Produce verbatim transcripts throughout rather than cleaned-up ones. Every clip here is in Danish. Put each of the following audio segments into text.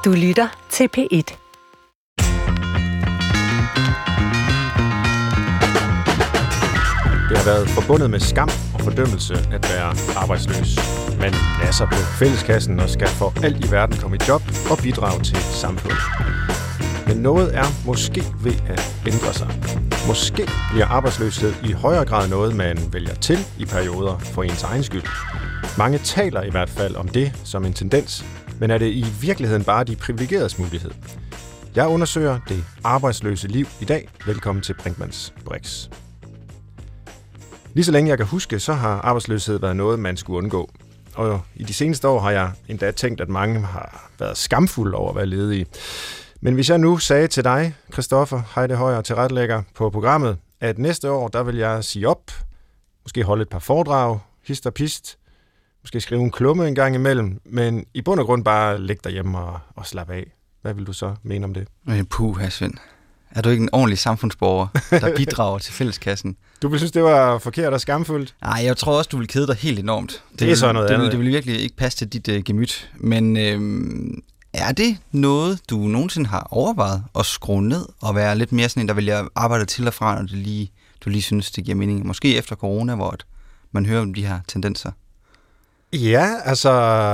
Du lytter til P et. Det har været forbundet med skam og fordømmelse at være arbejdsløs. Man nasser på fælleskassen og skal for alt i verden komme i job og bidrage til samfundet. Men noget er måske ved at ændre sig. Måske bliver arbejdsløshed i højere grad noget, man vælger til i perioder for ens egen skyld. Mange taler i hvert fald om det som en tendens, men er det i virkeligheden bare de privilegeredes mulighed? Jeg undersøger det arbejdsløse liv i dag. Velkommen til Brinkmanns Brix. Lige så længe jeg kan huske, så har arbejdsløshed været noget, man skulle undgå. Og i de seneste år har jeg endda tænkt, at mange har været skamfulde over at være ledige. Men hvis jeg nu sagde til dig, Christoffer Heide Højer, tilrettelægger på programmet, at næste år, der vil jeg sige op, måske holde et par foredrag, hist og pist, måske skrive en klumme en gang imellem, men i bund og grund bare ligge derhjemme og, og slappe af. Hvad vil du så mene om det? Puh, her Svend. Er du ikke en ordentlig samfundsborger, der bidrager til fælleskassen? Du vil synes, det var forkert og skamfuldt? Nej, jeg tror også, du vil kede dig helt enormt. Det, det er så noget det, andet. Det, det vil virkelig ikke passe til dit uh, gemyt. Men øhm, er det noget, du nogensinde har overvejet at skrue ned og være lidt mere sådan en, der vil arbejde til og fra, når det lige, du lige synes, det giver mening? Måske efter corona, hvor man hører om de her tendenser. Ja, altså,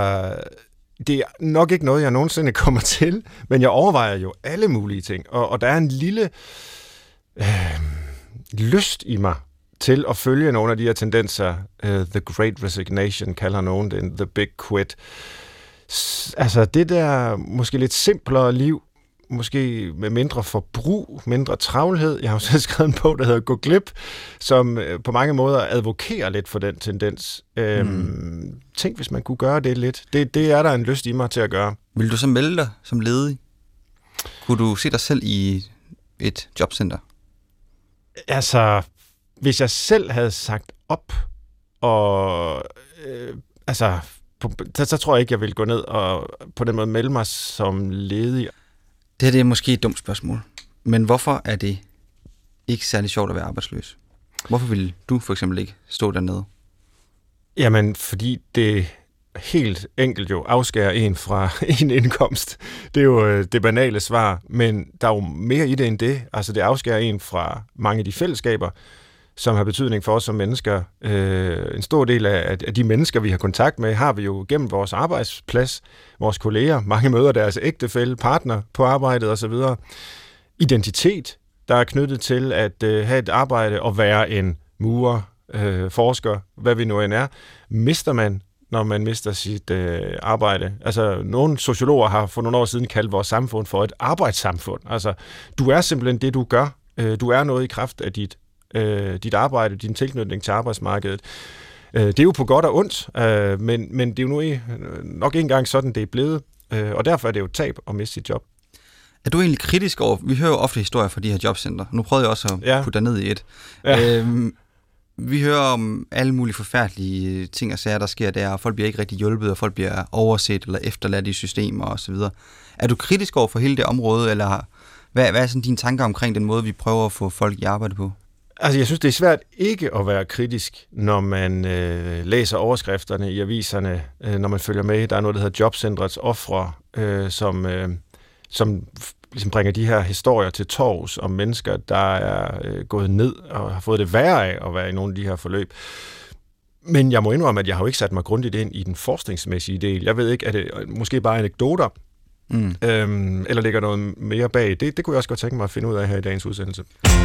det er nok ikke noget, jeg nogensinde kommer til, men jeg overvejer jo alle mulige ting, og, og der er en lille øh, lyst i mig til at følge nogle af de her tendenser. Uh, the Great Resignation kalder nogen det, The Big Quit. S- altså det der måske lidt simplere liv, måske med mindre forbrug, mindre travlhed. Jeg har jo selv skrevet en bog, der hedder Gå glip, som på mange måder advokerer lidt for den tendens. Øhm, mm. Tænk, hvis man kunne gøre det lidt. Det, det er der en lyst i mig til at gøre. Vil du så melde dig som ledig? Kunne du se dig selv i et jobcenter? Altså, hvis jeg selv havde sagt op, og øh, altså, på, så, så tror jeg ikke, jeg ville gå ned og på den måde melde mig som ledig. Det her det er måske et dumt spørgsmål, men hvorfor er det ikke særlig sjovt at være arbejdsløs? Hvorfor vil du for eksempel ikke stå dernede? Jamen, fordi det helt enkelt jo afskærer en fra en indkomst. Det er jo det banale svar, men der er jo mere i det end det. Altså, det afskærer en fra mange af de fællesskaber, som har betydning for os som mennesker. Øh, en stor del af, af de mennesker, vi har kontakt med, har vi jo gennem vores arbejdsplads, vores kolleger. Mange møder deres ægtefælle, partner på arbejdet osv. Identitet, der er knyttet til at øh, have et arbejde og være en murer, øh, forsker, hvad vi nu end er, mister man, når man mister sit øh, arbejde. Altså, nogle sociologer har for nogle år siden kaldt vores samfund for et arbejdssamfund. Altså, du er simpelthen det, du gør. Øh, du er noget i kraft af dit Øh, dit arbejde, din tilknytning til arbejdsmarkedet. Øh, det er jo på godt og ondt, øh, men, men det er jo nu i, nok ikke engang sådan, det er blevet, øh, og derfor er det jo et tab at miste sit job. Er du egentlig kritisk over, vi hører jo ofte historier fra de her jobcenter, nu prøvede jeg også at ja. putte dig ned i et. Ja. Øhm, vi hører om alle mulige forfærdelige ting og sager, der sker der, og folk bliver ikke rigtig hjulpet, og folk bliver overset eller efterladt i systemer osv. Er du kritisk over for hele det område, eller hvad, hvad er sådan dine tanker omkring den måde, vi prøver at få folk i arbejde på? Altså, jeg synes, det er svært ikke at være kritisk, når man øh, læser overskrifterne i aviserne, øh, når man følger med. Der er noget, der hedder Jobcentrets ofre, øh, som, øh, som ligesom bringer de her historier til torvs om mennesker, der er øh, gået ned og har fået det værre af at være i nogle af de her forløb. Men jeg må indrømme, at jeg har jo ikke sat mig grundigt ind i den forskningsmæssige del. Jeg ved ikke, er det måske bare anekdoter, mm. øhm, eller ligger noget mere bag? Det, det kunne jeg også godt tænke mig at finde ud af her i dagens udsendelse.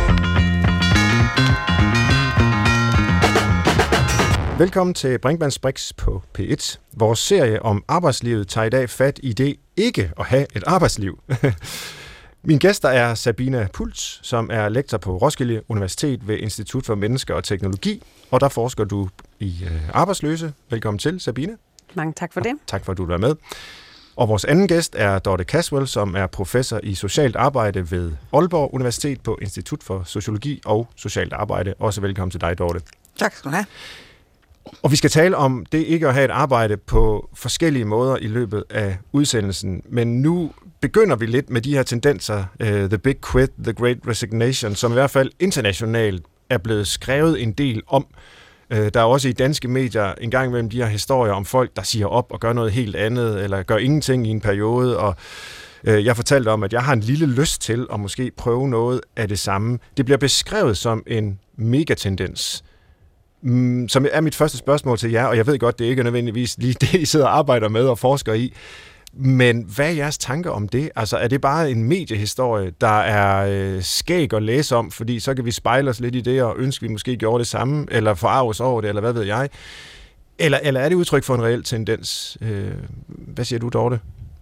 Velkommen til Brinkmanns Brix på P et. Vores serie om arbejdslivet tager i dag fat i det ikke at have et arbejdsliv. Min gæster er Sabina Puls, som er lektor på Roskilde Universitet ved Institut for Mennesker og Teknologi, og der forsker du i arbejdsløse. Velkommen til, Sabina. Mange tak for det. Og tak for, at du er med. Og vores anden gæst er Dorte Caswell, som er professor i socialt arbejde ved Aalborg Universitet på Institut for Sociologi og Socialt Arbejde. Også velkommen til dig, Dorte. Tak skal du have. Og vi skal tale om det ikke at have et arbejde på forskellige måder i løbet af udsendelsen. Men nu begynder vi lidt med de her tendenser, uh, The Big Quit, The Great Resignation, som i hvert fald internationalt er blevet skrevet en del om. Øh, der er også i danske medier en gang imellem de her historier om folk, der siger op og gør noget helt andet, eller gør ingenting i en periode, og øh, jeg fortalte om, at jeg har en lille lyst til at måske prøve noget af det samme. Det bliver beskrevet som en megatendens, mm, som er mit første spørgsmål til jer, og jeg ved godt, det ikke er nødvendigvis lige det, I sidder og arbejder med og forsker i. Men hvad er jeres tanker om det? Altså, er det bare en mediehistorie, der er øh, skæg at læse om, fordi så kan vi spejle os lidt i det, og ønske, vi måske gjorde det samme, eller forarves over det, eller hvad ved jeg? Eller, eller er det udtryk for en reel tendens? Øh, hvad siger du, Dorte?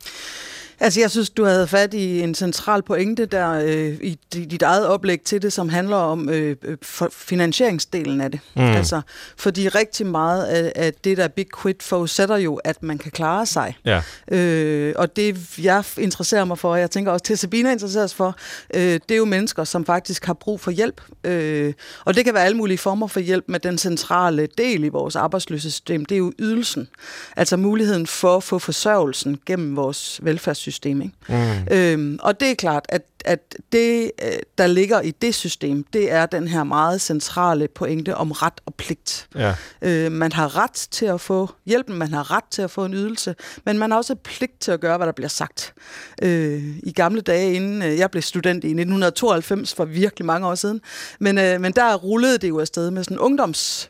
Altså, jeg synes, du havde fat i en central pointe der øh, i dit eget oplæg til det, som handler om øh, finansieringsdelen af det. Mm. Altså, fordi rigtig meget af, af det der Big Quit forudsætter jo, at man kan klare sig. Ja. Øh, og det, jeg interesserer mig for, og jeg tænker også til Sabina interesserer sig for, øh, det er jo mennesker, som faktisk har brug for hjælp. Øh, og det kan være alle mulige former for hjælp, med den centrale del i vores arbejdsløshedssystem, det er jo ydelsen. Altså muligheden for at få forsørgelsen gennem vores velfærdssystem. System, ikke? Mm. Øhm, og det er klart, at, at det, der ligger i det system, det er den her meget centrale pointe om ret og pligt. Ja. Øh, man har ret til at få hjælpen, man har ret til at få en ydelse, men man har også pligt til at gøre, hvad der bliver sagt. Øh, I gamle dage, inden jeg blev student i nitten tooghalvfems, for virkelig mange år siden, men, øh, men der rullede det jo afsted med sådan ungdoms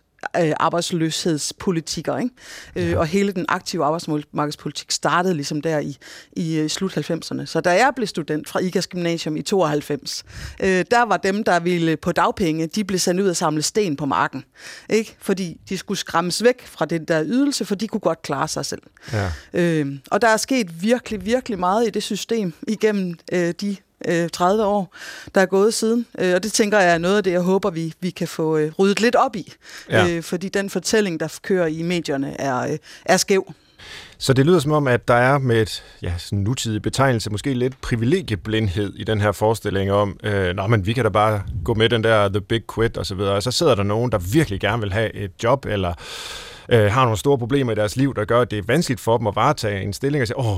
arbejdsløshedspolitikker, ikke? Ja. Øh, og hele den aktive arbejdsmarkedspolitik startede ligesom der i, i slut halvfemserne. Så da jeg blev student fra I K A S Gymnasium i tooghalvfems, øh, der var dem, der ville på dagpenge, de blev sendt ud og samle sten på marken, ikke? Fordi de skulle skræmmes væk fra den der ydelse, for de kunne godt klare sig selv. Ja. Øh, og der er sket virkelig, virkelig meget i det system igennem øh, de tredive år, der er gået siden. Og det tænker jeg er noget af det, jeg håber, vi, vi kan få ryddet lidt op i. Ja. Fordi den fortælling, der kører i medierne, er, er skæv. Så det lyder som om, at der er med et ja, sådan nutidig betegnelse måske lidt privilegieblindhed i den her forestilling om, øh, nå, men vi kan da bare gå med den der The Big Quit og så videre. Og så sidder der nogen, der virkelig gerne vil have et job, eller øh, har nogle store problemer i deres liv, der gør, at det er vanskeligt for dem at varetage en stilling og sige, åh,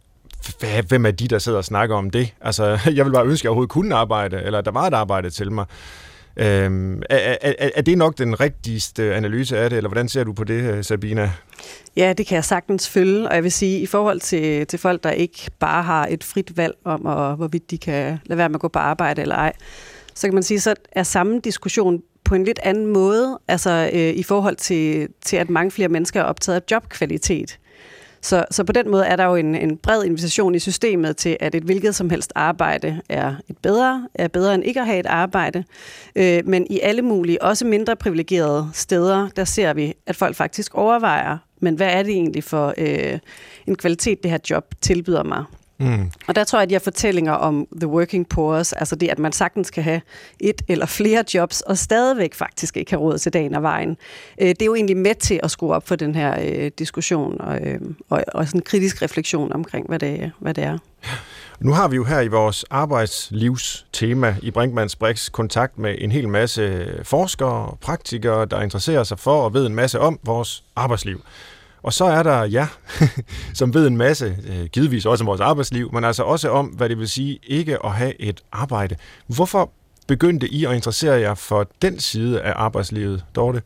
hvem er de, der sidder og snakker om det? Altså, jeg vil bare ønske, at jeg overhovedet kunne arbejde, eller der var et arbejde til mig. Øhm, er, er, er det nok den rigtigste analyse af det, eller hvordan ser du på det, Sabina? Ja, det kan jeg sagtens følge, og jeg vil sige, i forhold til, til folk, der ikke bare har et frit valg om, og, hvorvidt de kan lade være med at gå på arbejde eller ej, så kan man sige, så er samme diskussion på en lidt anden måde, altså øh, i forhold til, til, at mange flere mennesker er optaget af jobkvalitet. Så, så på den måde er der jo en, en bred invitation i systemet til, at et hvilket som helst arbejde er et bedre, er bedre end ikke at have et arbejde. Øh, men i alle mulige, også mindre privilegerede steder, der ser vi, at folk faktisk overvejer, men hvad er det egentlig for øh, en kvalitet, det her job tilbyder mig? Mm. Og der tror jeg, at de her fortællinger om the working poors, altså det, at man sagtens kan have et eller flere jobs, og stadigvæk faktisk ikke have råd til dagen og vejen, øh, det er jo egentlig med til at skrue op for den her øh, diskussion og, øh, og, og sådan en kritisk refleksion omkring, hvad det, hvad det er. Nu har vi jo her i vores arbejdslivstema i Brinkmanns Brix kontakt med en hel masse forskere og praktikere, der interesserer sig for og ved en masse om vores arbejdsliv. Og så er der jer, som ved en masse, givetvis også om vores arbejdsliv, men altså også om, hvad det vil sige ikke at have et arbejde. Hvorfor begyndte I at interessere jer for den side af arbejdslivet, Dorte?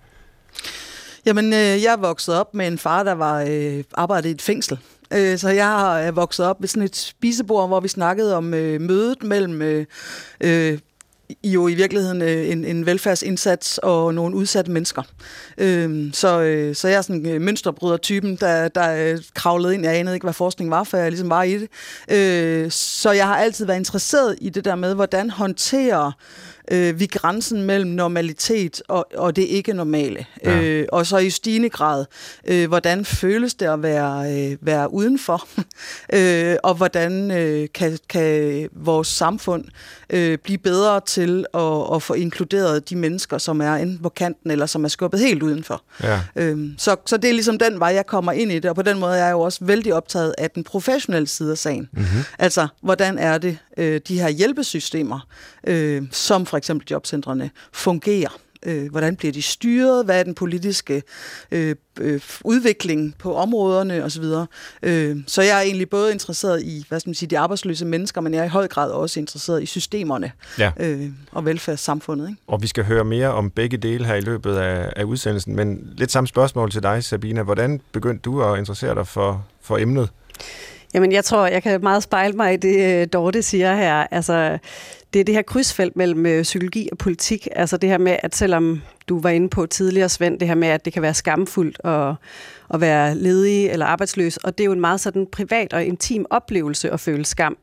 Jamen, jeg er vokset op med en far, der var øh, arbejdet i et fængsel. Så jeg har vokset op ved sådan et spisebord, hvor vi snakkede om øh, mødet mellem øh, øh, jo i virkeligheden en, en velfærdsindsats og nogle udsatte mennesker. Øhm, så, øh, så jeg er sådan en mønsterbryder-typen, der, der kravlede ind. Jeg anede ikke, hvad forskning var, for jeg ligesom var i det. Øh, så jeg har altid været interesseret i det der med, hvordan håndterer øh, vi grænsen mellem normalitet og, og det ikke-normale. Ja. Øh, og så i stigende grad, øh, hvordan føles det at være, øh, være udenfor? øh, og hvordan øh, kan, kan vores samfund øh, blive bedre til at, at få inkluderet de mennesker, som er enten på kanten, eller som er skubbet helt udenfor. Ja. Øh, så, så det er ligesom den vej, jeg kommer ind i det, og på den måde er jeg jo også vældig optaget af den professionelle side af sagen. Mm-hmm. Altså, hvordan er det, øh, de her hjælpesystemer, øh, som for eksempel jobcentrene, fungerer. Øh, hvordan bliver de styret? Hvad er den politiske øh, øh, udvikling på områderne osv.? Øh, så jeg er egentlig både interesseret i, hvad skal man sige, de arbejdsløse mennesker, men jeg er i høj grad også interesseret i systemerne ja. øh, og velfærdssamfundet. Ikke? Og vi skal høre mere om begge dele her i løbet af, af udsendelsen, men lidt samme spørgsmål til dig, Sabina. Hvordan begyndte du at interessere dig for, for emnet? Jamen, jeg tror, jeg kan meget spejle mig i det, Dorte siger her. Altså, det er det her krydsfelt mellem psykologi og politik. Altså det her med, at selvom du var inde på tidligere, Svend, det her med, at det kan være skamfuldt at, at være ledig eller arbejdsløs, og det er jo en meget sådan privat og intim oplevelse at føle skam.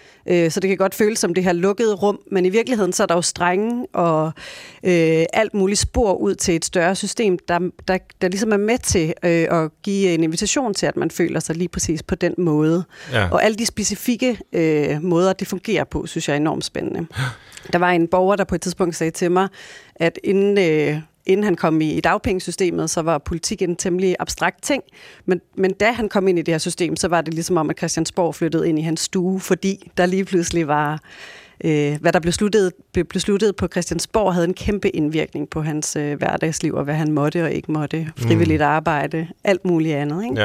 Så det kan godt føles som det her lukkede rum, men i virkeligheden så er der jo strenge og øh, alt muligt spor ud til et større system, der, der, der ligesom er med til øh, at give en invitation til, at man føler sig lige præcis på den måde. Ja. Og alle de specifikke øh, måder, det fungerer på, synes jeg er enormt spændende. Der var en borger, der på et tidspunkt sagde til mig, at inden... Øh, Inden han kom i dagpengesystemet, så var politik en temmelig abstrakt ting. Men, men da han kom ind i det her system, så var det ligesom om, at Christiansborg flyttede ind i hans stue, fordi der lige pludselig var, øh, hvad der blev sluttet, blev besluttet på Christiansborg, havde en kæmpe indvirkning på hans øh, hverdagsliv, og hvad han måtte og ikke måtte. Frivilligt mm. arbejde, alt muligt andet. Ikke? Ja.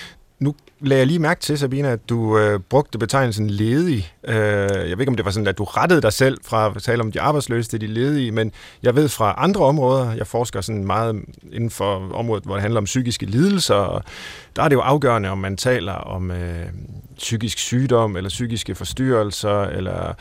Nu lagde jeg lige mærke til, Sabina, at du øh, brugte betegnelsen ledig. Øh, jeg ved ikke, om det var sådan, at du rettede dig selv fra at tale om de arbejdsløse til de ledige, men jeg ved fra andre områder, jeg forsker sådan meget inden for området, hvor det handler om psykiske lidelser, og der er det jo afgørende, om man taler om øh, psykisk sygdom, eller psykiske forstyrrelser, eller...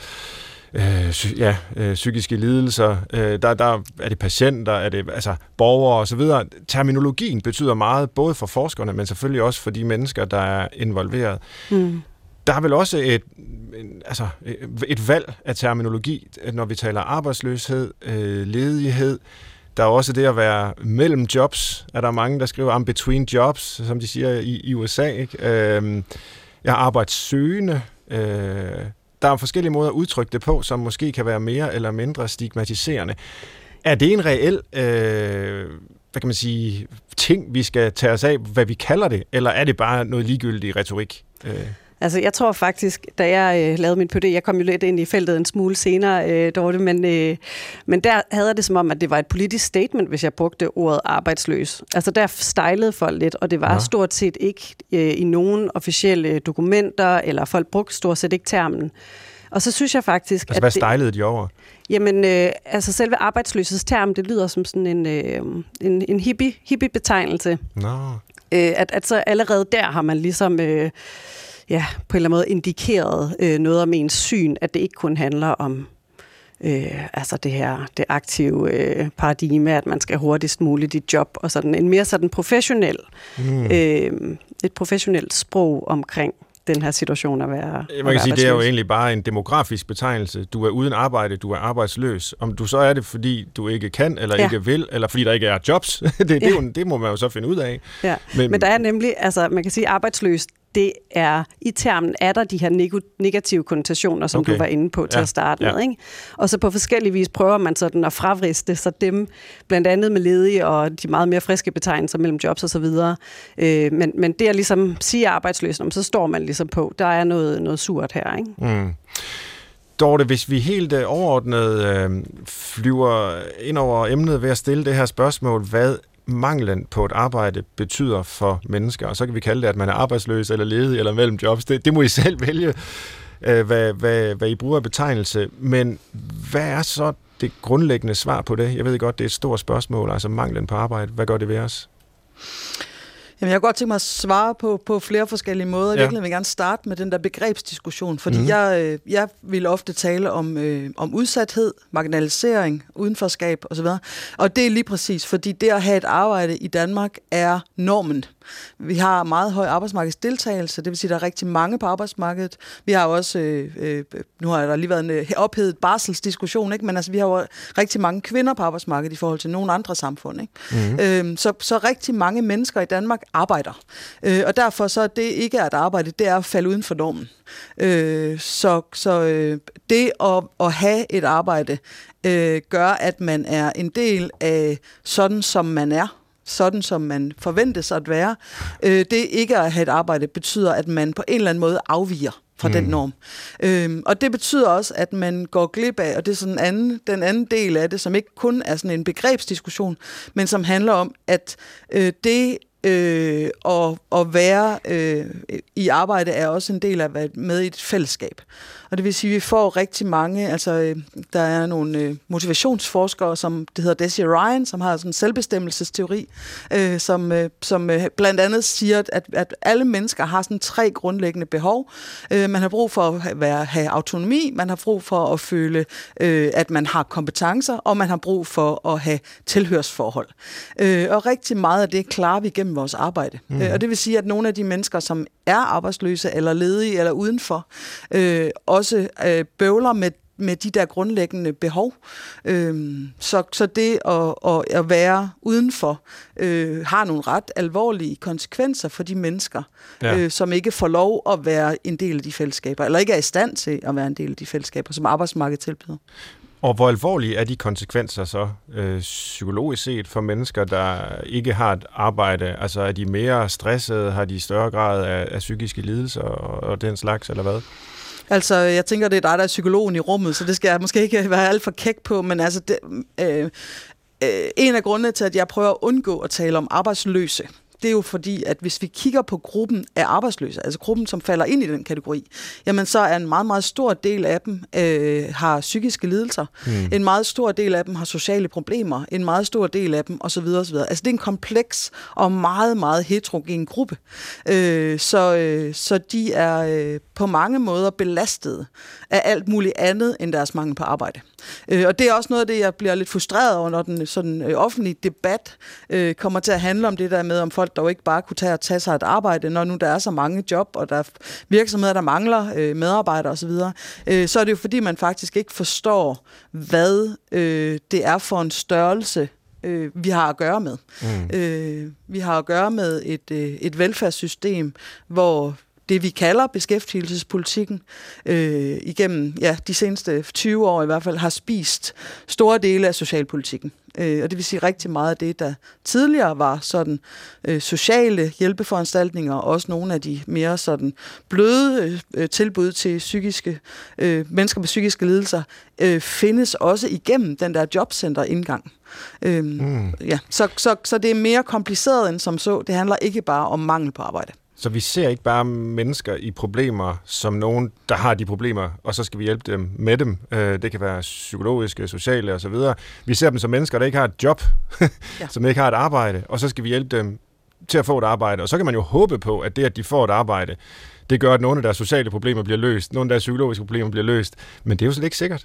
Øh, psy- ja, øh, psykiske lidelser, øh, der, der er det patienter, er det altså borgere og så videre. Terminologien betyder meget, både for forskerne, men selvfølgelig også for de mennesker, der er involveret. Mm. Der er vel også et, altså et valg af terminologi, når vi taler arbejdsløshed, øh, ledighed. Der er også det at være mellem jobs, er der mange, der skriver I'm between jobs, som de siger i, i U S A. Ikke? Øh, jeg er arbejdssøgende, øh, der er forskellige måder at udtrykke det på, som måske kan være mere eller mindre stigmatiserende. Er det en reel, øh, hvad kan man sige, ting, vi skal tage os af, hvad vi kalder det, eller er det bare noget ligegyldig retorik? Øh. Altså, jeg tror faktisk, da jeg øh, lavede min P H D, jeg kom jo lidt ind i feltet en smule senere, øh, Dorte, men, øh, men der havde jeg det som om, at det var et politisk statement, hvis jeg brugte ordet arbejdsløs. Altså, der stylede folk lidt, og det var ja. stort set ikke øh, i nogen officielle dokumenter, eller folk brugte stort set ikke termen. Og så synes jeg faktisk, altså, at... hvad stylede de over? Jamen, øh, altså selve arbejdsløshedsterm, det lyder som sådan en, øh, en, en hippie, hippie-betegnelse. Nå. Øh, at, at så allerede der har man ligesom... Øh, ja, på en eller anden måde indikeret øh, noget om ens syn, at det ikke kun handler om øh, altså det her det aktive øh, paradigme, at man skal hurtigst muligt i job, og sådan en mere sådan professionel, mm. øh, et professionelt sprog omkring den her situation at være Man kan sige, det er jo egentlig bare en demografisk betegnelse. Du er uden arbejde, du er arbejdsløs. Om du så er det, fordi du ikke kan, eller ja. ikke vil, eller fordi der ikke er jobs, det, det, ja. det, jo, det må man jo så finde ud af. Ja. Men, Men der er nemlig, altså man kan sige, arbejdsløs, det er, i termen er der de her negative konnotationer, som okay. du var inde på til ja. at starte ja. med. Ikke? Og så på forskellige vis prøver man sådan at fravriste så dem, blandt andet med ledige og de meget mere friske betegnelser mellem jobs og så videre. Øh, men, men det at ligesom sige arbejdsløs, så står man ligesom på, der er noget, noget surt her. Ikke? Mm. Dorte, hvis vi helt øh, overordnet øh, flyver ind over emnet ved at stille det her spørgsmål, hvad manglen på et arbejde betyder for mennesker, og så kan vi kalde det, at man er arbejdsløs eller ledig eller mellem jobs. Det, det må I selv vælge, øh, hvad, hvad, hvad I bruger af betegnelse. Men hvad er så det grundlæggende svar på det? Jeg ved godt, det er et stort spørgsmål, altså manglen på arbejde. Hvad gør det ved os? Jamen, jeg kunne godt tænke mig at svare på, på flere forskellige måder. Ja. Jeg vil gerne starte med den der begrebsdiskussion, fordi mm. jeg, jeg vil ofte tale om, øh, om udsathed, marginalisering, udenforskab osv. Og det er lige præcis, fordi det at have et arbejde i Danmark er normen. Vi har meget høj arbejdsmarkedsdeltagelse, det vil sige, at der er rigtig mange på arbejdsmarkedet. Vi har også, øh, øh, nu har der lige været en øh, ophedet barselsdiskussion, ikke? Men altså, vi har jo rigtig mange kvinder på arbejdsmarkedet i forhold til nogle andre samfund. Ikke? Mm-hmm. Øh, så, så rigtig mange mennesker i Danmark arbejder. Øh, og derfor så det ikke at arbejde, det er at falde uden for normen. Øh, så så øh, det at, at have et arbejde øh, gør, at man er en del af sådan, som man er, sådan som man forventes at være. Øh, det ikke at have et arbejde betyder, at man på en eller anden måde afviger fra mm. den norm. Øhm, og det betyder også, at man går glip af, og det er sådan anden, den anden del af det, som ikke kun er sådan en begrebsdiskussion, men som handler om, at øh, det øh, at, at være øh, i arbejde er også en del af at være med i et fællesskab. Og det vil sige, at vi får rigtig mange, altså øh, der er nogle øh, motivationsforskere, som det hedder Desi Ryan, som har sådan en selvbestemmelsesteori, øh, som, øh, som øh, blandt andet siger, at, at alle mennesker har sådan tre grundlæggende behov. Øh, man har brug for at være, have autonomi, man har brug for at føle, øh, at man har kompetencer, og man har brug for at have tilhørsforhold. Øh, og rigtig meget af det klarer vi gennem vores arbejde. Mm. Øh, og det vil sige, at nogle af de mennesker, som er arbejdsløse, eller ledige, eller udenfor, øh, også øh, bøvler med, med de der grundlæggende behov. Øhm, så, så det at, at, at være udenfor øh, har nogle ret alvorlige konsekvenser for de mennesker, ja. øh, som ikke får lov at være en del af de fællesskaber, eller ikke er i stand til at være en del af de fællesskaber, som arbejdsmarkedet tilbyder. Og hvor alvorlige er de konsekvenser så øh, psykologisk set for mennesker, der ikke har et arbejde? Altså er de mere stressede, har de større grad af, af psykiske lidelser og, og den slags, eller hvad? Altså, jeg tænker, det er dig, der er psykologen i rummet, så det skal jeg måske ikke være alt for kæk på, men altså, det, øh, øh, en af grundene til, at jeg prøver at undgå at tale om arbejdsløse, det er jo fordi, at hvis vi kigger på gruppen af arbejdsløse, altså gruppen, som falder ind i den kategori, jamen så er en meget, meget stor del af dem øh, har psykiske lidelser, mm. en meget stor del af dem har sociale problemer, en meget stor del af dem osv. osv. Altså det er en kompleks og meget, meget heterogen gruppe. Øh, så, øh, så de er øh, på mange måder belastet af alt muligt andet end deres mangel på arbejde. Øh, og det er også noget af det, jeg bliver lidt frustreret over, når den sådan, øh, offentlige debat øh, kommer til at handle om det der med, om folk dog ikke bare kunne tage og tage sig et arbejde, når nu der er så mange job, og der er virksomheder, der mangler øh, medarbejdere osv., øh, så er det jo fordi, man faktisk ikke forstår, hvad øh, det er for en størrelse, øh, vi har at gøre med. Mm. Øh, vi har at gøre med et, øh, et velfærdssystem, hvor det, vi kalder beskæftigelsespolitikken, øh, igennem ja, de seneste tyve år i hvert fald, har spist store dele af socialpolitikken. Øh, og det vil sige rigtig meget af det, der tidligere var sådan øh, sociale hjælpeforanstaltninger, og også nogle af de mere sådan bløde øh, tilbud til psykiske øh, mennesker med psykiske lidelser, øh, findes også igennem den der jobcenter-indgang. Øh, mm. ja, så, så, så det er mere kompliceret end som så. Det handler ikke bare om mangel på arbejde. Så vi ser ikke bare mennesker i problemer som nogen, der har de problemer, og så skal vi hjælpe dem med dem. Det kan være psykologiske, sociale osv. Vi ser dem som mennesker, der ikke har et job, ja. som ikke har et arbejde, og så skal vi hjælpe dem til at få et arbejde. Og så kan man jo håbe på, at det, at de får et arbejde, det gør, at nogle af deres sociale problemer bliver løst, nogle af deres psykologiske problemer bliver løst. Men det er jo slet ikke sikkert.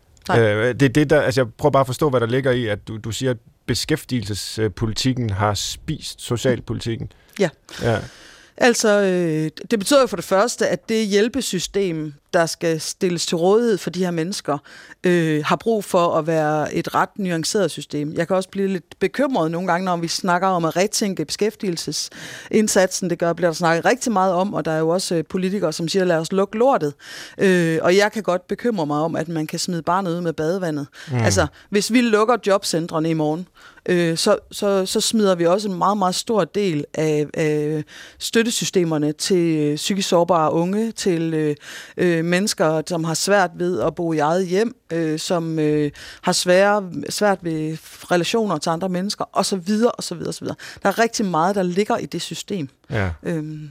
Øh, det, det der, altså jeg prøver bare at forstå, hvad der ligger i, at du, du siger, at beskæftigelsespolitikken har spist socialpolitikken. Ja. ja. Altså, øh, det betyder jo for det første, at det hjælpesystem, der skal stilles til rådighed for de her mennesker, øh, har brug for at være et ret nuanceret system. Jeg kan også blive lidt bekymret nogle gange, når vi snakker om at retænke beskæftigelsesindsatsen. Det gør, bliver der snakket rigtig meget om, og der er jo også politikere, som siger, lad os lukke lortet. Øh, og jeg kan godt bekymre mig om, at man kan smide barnet ud med badevandet. Mm. Altså, hvis vi lukker jobcentrene i morgen, øh, så, så, så smider vi også en meget, meget stor del af, af støttesystemerne til psykisk sårbare unge, til øh, mennesker, som har svært ved at bo i eget hjem, øh, som øh, har svære, svært ved relationer til andre mennesker, og så videre, og så videre, og så videre. Der er rigtig meget, der ligger i det system. Ja. Øhm.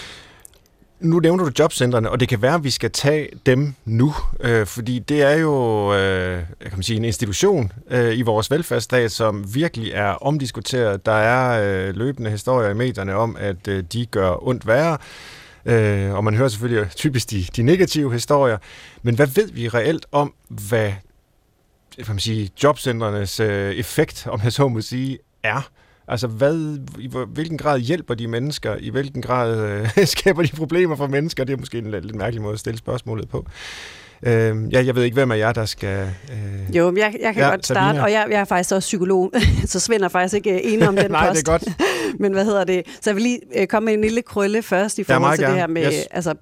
Nu nævner du jobcentrene, og det kan være, at vi skal tage dem nu, øh, fordi det er jo øh, kan man sige, en institution øh, i vores velfærdsstat, som virkelig er omdiskuteret. Der er øh, løbende historier i medierne om, at øh, de gør ondt værre, øh, og man hører selvfølgelig typisk de, de negative historier. Men hvad ved vi reelt om, hvad kan man sige, jobcentrenes øh, effekt, om jeg så må sige, er? Altså, hvad, i hvilken grad hjælper de mennesker? I hvilken grad øh, skaber de problemer for mennesker? Det er måske en lidt mærkelig måde at stille spørgsmålet på. Øh, ja, jeg ved ikke, hvem af jer, der skal... Øh... Jo, jeg, jeg kan ja, godt starte, Sabina. Og jeg, jeg er faktisk også psykolog, så Svend er faktisk ikke enig om den Nej, post. det er godt. Men hvad hedder det? Så jeg vil lige komme med en lille krølle først i forhold til det her med, yes. altså,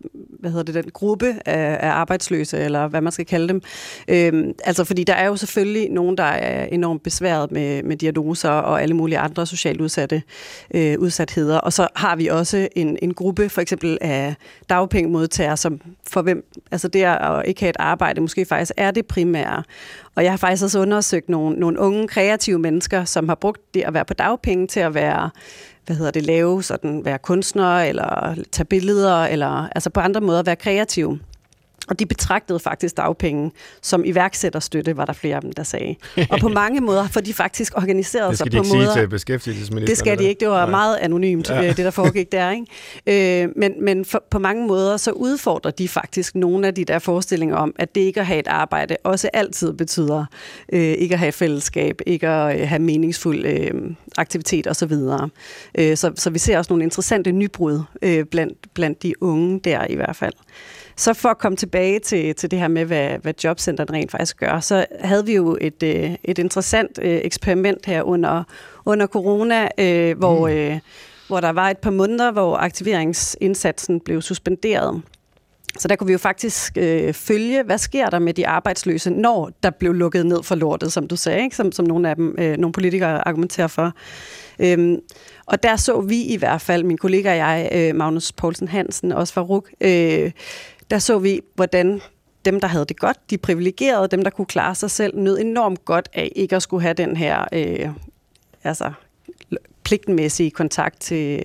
hvad hedder det, den gruppe af, af arbejdsløse, eller hvad man skal kalde dem. Øhm, altså, fordi der er jo selvfølgelig nogen, der er enormt besværet med, med diagnoser og alle mulige andre socialt udsatte øh, udsatheder. Og så har vi også en, en gruppe, for eksempel af dagpengemodtagere, som for hvem, altså det at ikke have et arbejde, måske faktisk er det primære. Og jeg har faktisk også undersøgt nogle, nogle unge, kreative mennesker, som har brugt det at være på dagpenge til at være, hvad hedder det, lave, sådan være kunstnere, eller tage billeder, eller altså på andre måder være kreative. Og de betragtede faktisk dagpenge som iværksætterstøtte, var der flere af dem, der sagde. Og på mange måder får de faktisk organiseret sig på måder... Det skal de ikke sige til beskæftigelsesministeren? Det skal de ikke. Det var Nej. meget anonymt, ja. det der foregik der. Ikke? Øh, men men for, på mange måder så udfordrer de faktisk nogle af de der forestillinger om, at det ikke at have et arbejde også altid betyder øh, ikke at have et fællesskab, ikke at øh, have meningsfuld øh, aktivitet osv. Så, øh, så, så vi ser også nogle interessante nybrud øh, blandt, blandt de unge der i hvert fald. Så for at komme tilbage til, til det her med, hvad, hvad jobcentret rent faktisk gør, så havde vi jo et, et interessant eksperiment her under, under corona, øh, hvor, mm. øh, hvor der var et par måneder, hvor aktiveringsindsatsen blev suspenderet. Så der kunne vi jo faktisk øh, følge, hvad sker der med de arbejdsløse, når der blev lukket ned for lortet, som du sagde, ikke? Som, som nogle af dem, øh, nogle politikere argumenterer for. Øhm, og der så vi i hvert fald, min kollega og jeg, øh, Magnus Poulsen Hansen, også fra R U C, øh, der så vi, hvordan dem, der havde det godt, de privilegerede, dem, der kunne klare sig selv, nød enormt godt af ikke at skulle have den her øh, altså, pligtmæssige kontakt til,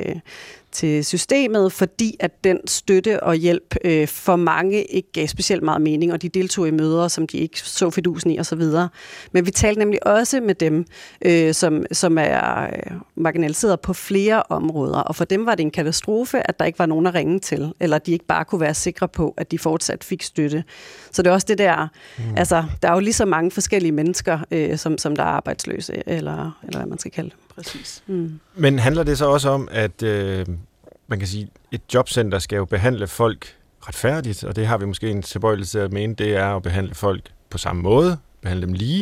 til systemet, fordi at den støtte og hjælp øh, for mange ikke gav specielt meget mening, og de deltog i møder, som de ikke så fidusen i osv. Men vi talte nemlig også med dem, øh, som, som er øh, marginaliseret på flere områder, og for dem var det en katastrofe, at der ikke var nogen at ringe til, eller de ikke bare kunne være sikre på, at de fortsat fik støtte. Så det er også det der, mm. altså der er jo lige så mange forskellige mennesker, øh, som, som der er arbejdsløse, eller, eller hvad man skal kalde det. Præcis. Mm. Men handler det så også om, at øh, man kan sige, et jobcenter skal jo behandle folk retfærdigt, og det har vi måske en tilbøjelighed til at mene, det er at behandle folk på samme måde, behandle dem lige.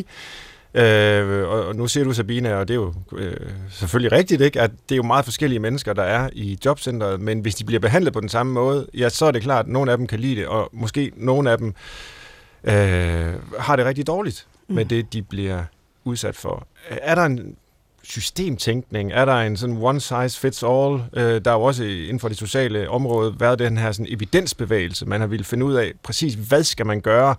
Øh, og, og nu siger du, Sabine, og det er jo øh, selvfølgelig rigtigt, ikke, at det er jo meget forskellige mennesker, der er i jobcenteret, men hvis de bliver behandlet på den samme måde, ja, så er det klart, at nogle af dem kan lide det, og måske nogle af dem øh, har det rigtig dårligt med mm. det, de bliver udsat for. Er der en systemtænkning? Er der en sådan one size fits all? Øh, der er jo også inden for det sociale område været den her sådan evidensbevægelse. Man har ville finde ud af præcis, hvad skal man gøre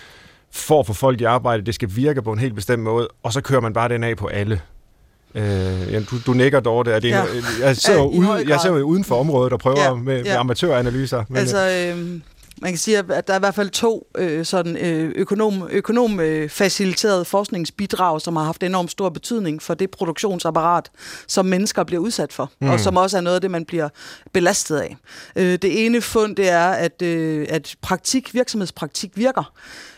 for at få folk i arbejde. Det skal virke på en helt bestemt måde, og så kører man bare den af på alle. Øh, ja, du, du nikker derovre der. Det er, ja. Jeg ser jo ude, jeg ser jo uden for området og prøver ja. med, med ja. amatøranalyser. Men, altså... Øh... Man kan sige, at der er i hvert fald to øh, sådan, øh, økonom, økonom øh, faciliterede forskningsbidrag, som har haft enormt stor betydning for det produktionsapparat, som mennesker bliver udsat for, mm. og som også er noget af det, man bliver belastet af. Øh, det ene fund, det er, at, øh, at praktik, virksomhedspraktik virker.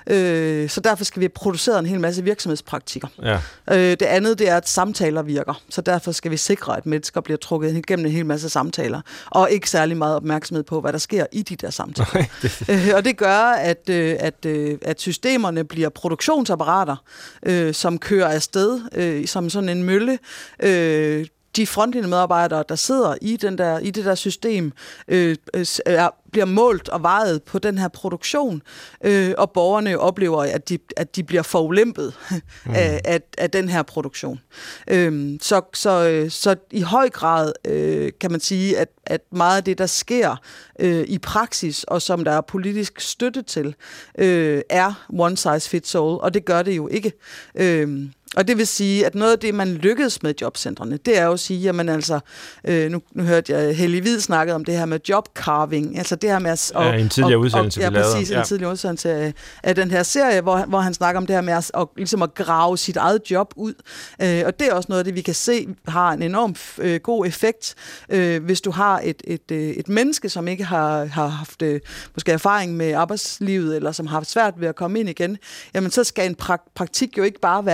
Øh, så derfor skal vi producere en hel masse virksomhedspraktikker. Ja. Øh, det andet, det er, at samtaler virker. Så derfor skal vi sikre, at mennesker bliver trukket igennem en hel masse samtaler, og ikke særlig meget opmærksomhed på, hvad der sker i de der samtaler. øh, og det gør, at, øh, at, øh, at systemerne bliver produktionsapparater, øh, som kører afsted øh, som sådan en mølle. Øh, De frontlinjemedarbejdere, der sidder i, den der, i det der system, øh, er, bliver målt og vejet på den her produktion, øh, og borgerne oplever, at de, at de bliver forulæmpet mm. af, af, af den her produktion. Øh, så, så, så i høj grad øh, kan man sige, at, at meget af det, der sker øh, i praksis, og som der er politisk støtte til, øh, er one size fits all, og det gør det jo ikke. Øh, Og det vil sige, at noget af det, man lykkedes med jobcentrene, det er jo at sige, jamen altså, øh, nu, nu hørte jeg Helge Hvid snakke om det her med jobcarving, altså det her med at... Og, ja, en tidligere udsendelse, og, vi lavede. Ja, præcis, en ja. tidligere udsendelse af, af den her serie, hvor, hvor han snakker om det her med at, og, ligesom at grave sit eget job ud. Øh, og det er også noget af det, vi kan se har en enorm øh, god effekt, øh, hvis du har et, et, øh, et menneske, som ikke har, har haft øh, måske erfaring med arbejdslivet, eller som har haft svært ved at komme ind igen, jamen så skal en pra- praktik jo ikke bare være en eller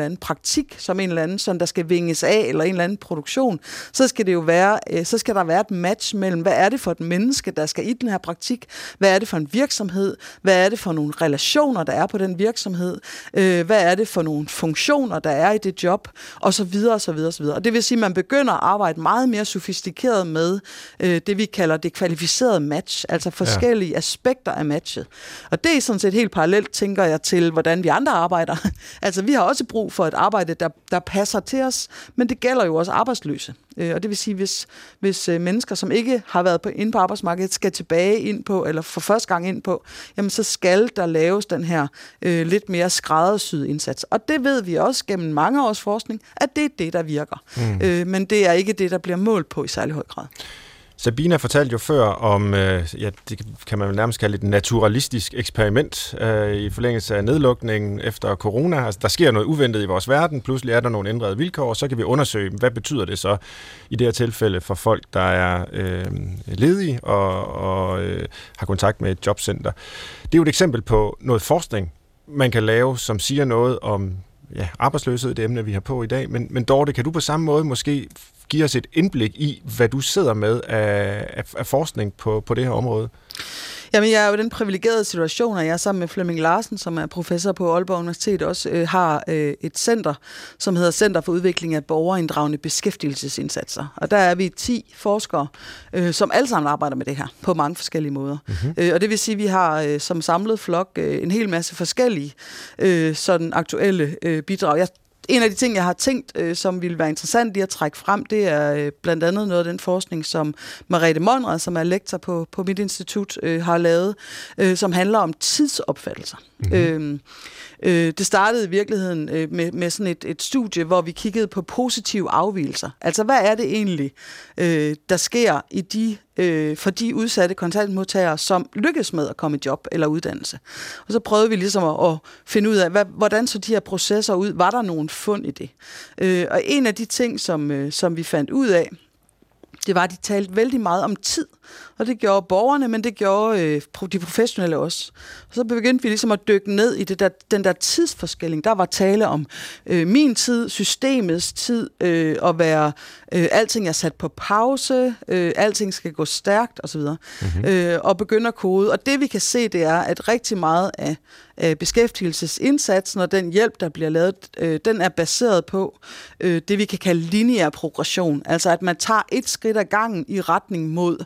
anden praktik, som en eller anden, sådan der skal vinges af, eller en eller anden produktion, så skal det jo være, øh, så skal der være et match mellem, hvad er det for et menneske, der skal i den her praktik, hvad er det for en virksomhed, hvad er det for nogle relationer, der er på den virksomhed, øh, hvad er det for nogle funktioner, der er i det job, og så videre, og så videre, og så videre. Og det vil sige, at man begynder at arbejde meget mere sofistikeret med øh, det, vi kalder det kvalificerede match, altså forskellige ja. aspekter af matchet. Og det er sådan set helt parallelt, tænker jeg, til hvordan vi andre arbejder. Altså, vi har også brug for et arbejde, der, der passer til os, men det gælder jo også arbejdsløse. Øh, og det vil sige, hvis, hvis øh, mennesker, som ikke har været på, inde på arbejdsmarkedet, skal tilbage ind på, eller for første gang ind på, jamen så skal der laves den her øh, lidt mere skræddersyede indsats. Og det ved vi også gennem mange års forskning, at det er det, der virker. Mm. Øh, men det er ikke det, der bliver målt på i særlig høj grad. Sabina fortalte jo før om, øh, ja, det kan man nærmest kalde et naturalistisk eksperiment øh, i forlængelse af nedlukningen efter corona. Altså, der sker noget uventet i vores verden, pludselig er der nogle ændrede vilkår, og så kan vi undersøge, hvad betyder det så i det her tilfælde for folk, der er øh, ledige og, og øh, har kontakt med et jobcenter. Det er jo et eksempel på noget forskning, man kan lave, som siger noget om ja, arbejdsløshed, det emne, vi har på i dag. Men, men Dorte, kan du på samme måde måske give os et indblik i, hvad du sidder med af, af, af forskning på, på det her område? Jamen, jeg er jo i den privilegerede situation, at jeg sammen med Flemming Larsen, som er professor på Aalborg Universitet, også øh, har øh, et center, som hedder Center for Udvikling af Borgerinddragende Beskæftigelsesindsatser. Og der er vi ti forskere, øh, som alle sammen arbejder med det her på mange forskellige måder. Mm-hmm. Øh, og det vil sige, at vi har øh, som samlet flok øh, en hel masse forskellige øh, sådan aktuelle øh, bidrag. Jeg En af de ting, jeg har tænkt, øh, som ville være interessant i at trække frem, det er øh, blandt andet noget af den forskning, som Merete Monrad, som er lektor på, på mit institut, øh, har lavet, øh, som handler om tidsopfattelser. Mm-hmm. Øh, øh, det startede i virkeligheden øh, med, med sådan et, et studie, hvor vi kiggede på positive afvigelser. Altså, hvad er det egentlig, øh, der sker i de øh, for de udsatte kontanthjælpsmodtagere, som lykkes med at komme i job eller uddannelse. Og så prøvede vi ligesom at, at finde ud af, hvad, hvordan så de her processer ud. Var der nogen fund i det? Øh, og en af de ting, som, øh, som vi fandt ud af, det var, at de talte vældig meget om tid. Og det gjorde borgerne, men det gjorde øh, de professionelle også. Og så begyndte vi ligesom at dykke ned i det der, den der tidsforskelling. Der var tale om øh, min tid, systemets tid, øh, at være, øh, alting er sat på pause, øh, alting skal gå stærkt osv. Mm-hmm. Øh, og begynde at kode. Og det vi kan se, det er, at rigtig meget af, af beskæftigelsesindsatsen og den hjælp, der bliver lavet, øh, den er baseret på øh, det, vi kan kalde lineær progression. Altså at man tager et skridt ad gangen i retning mod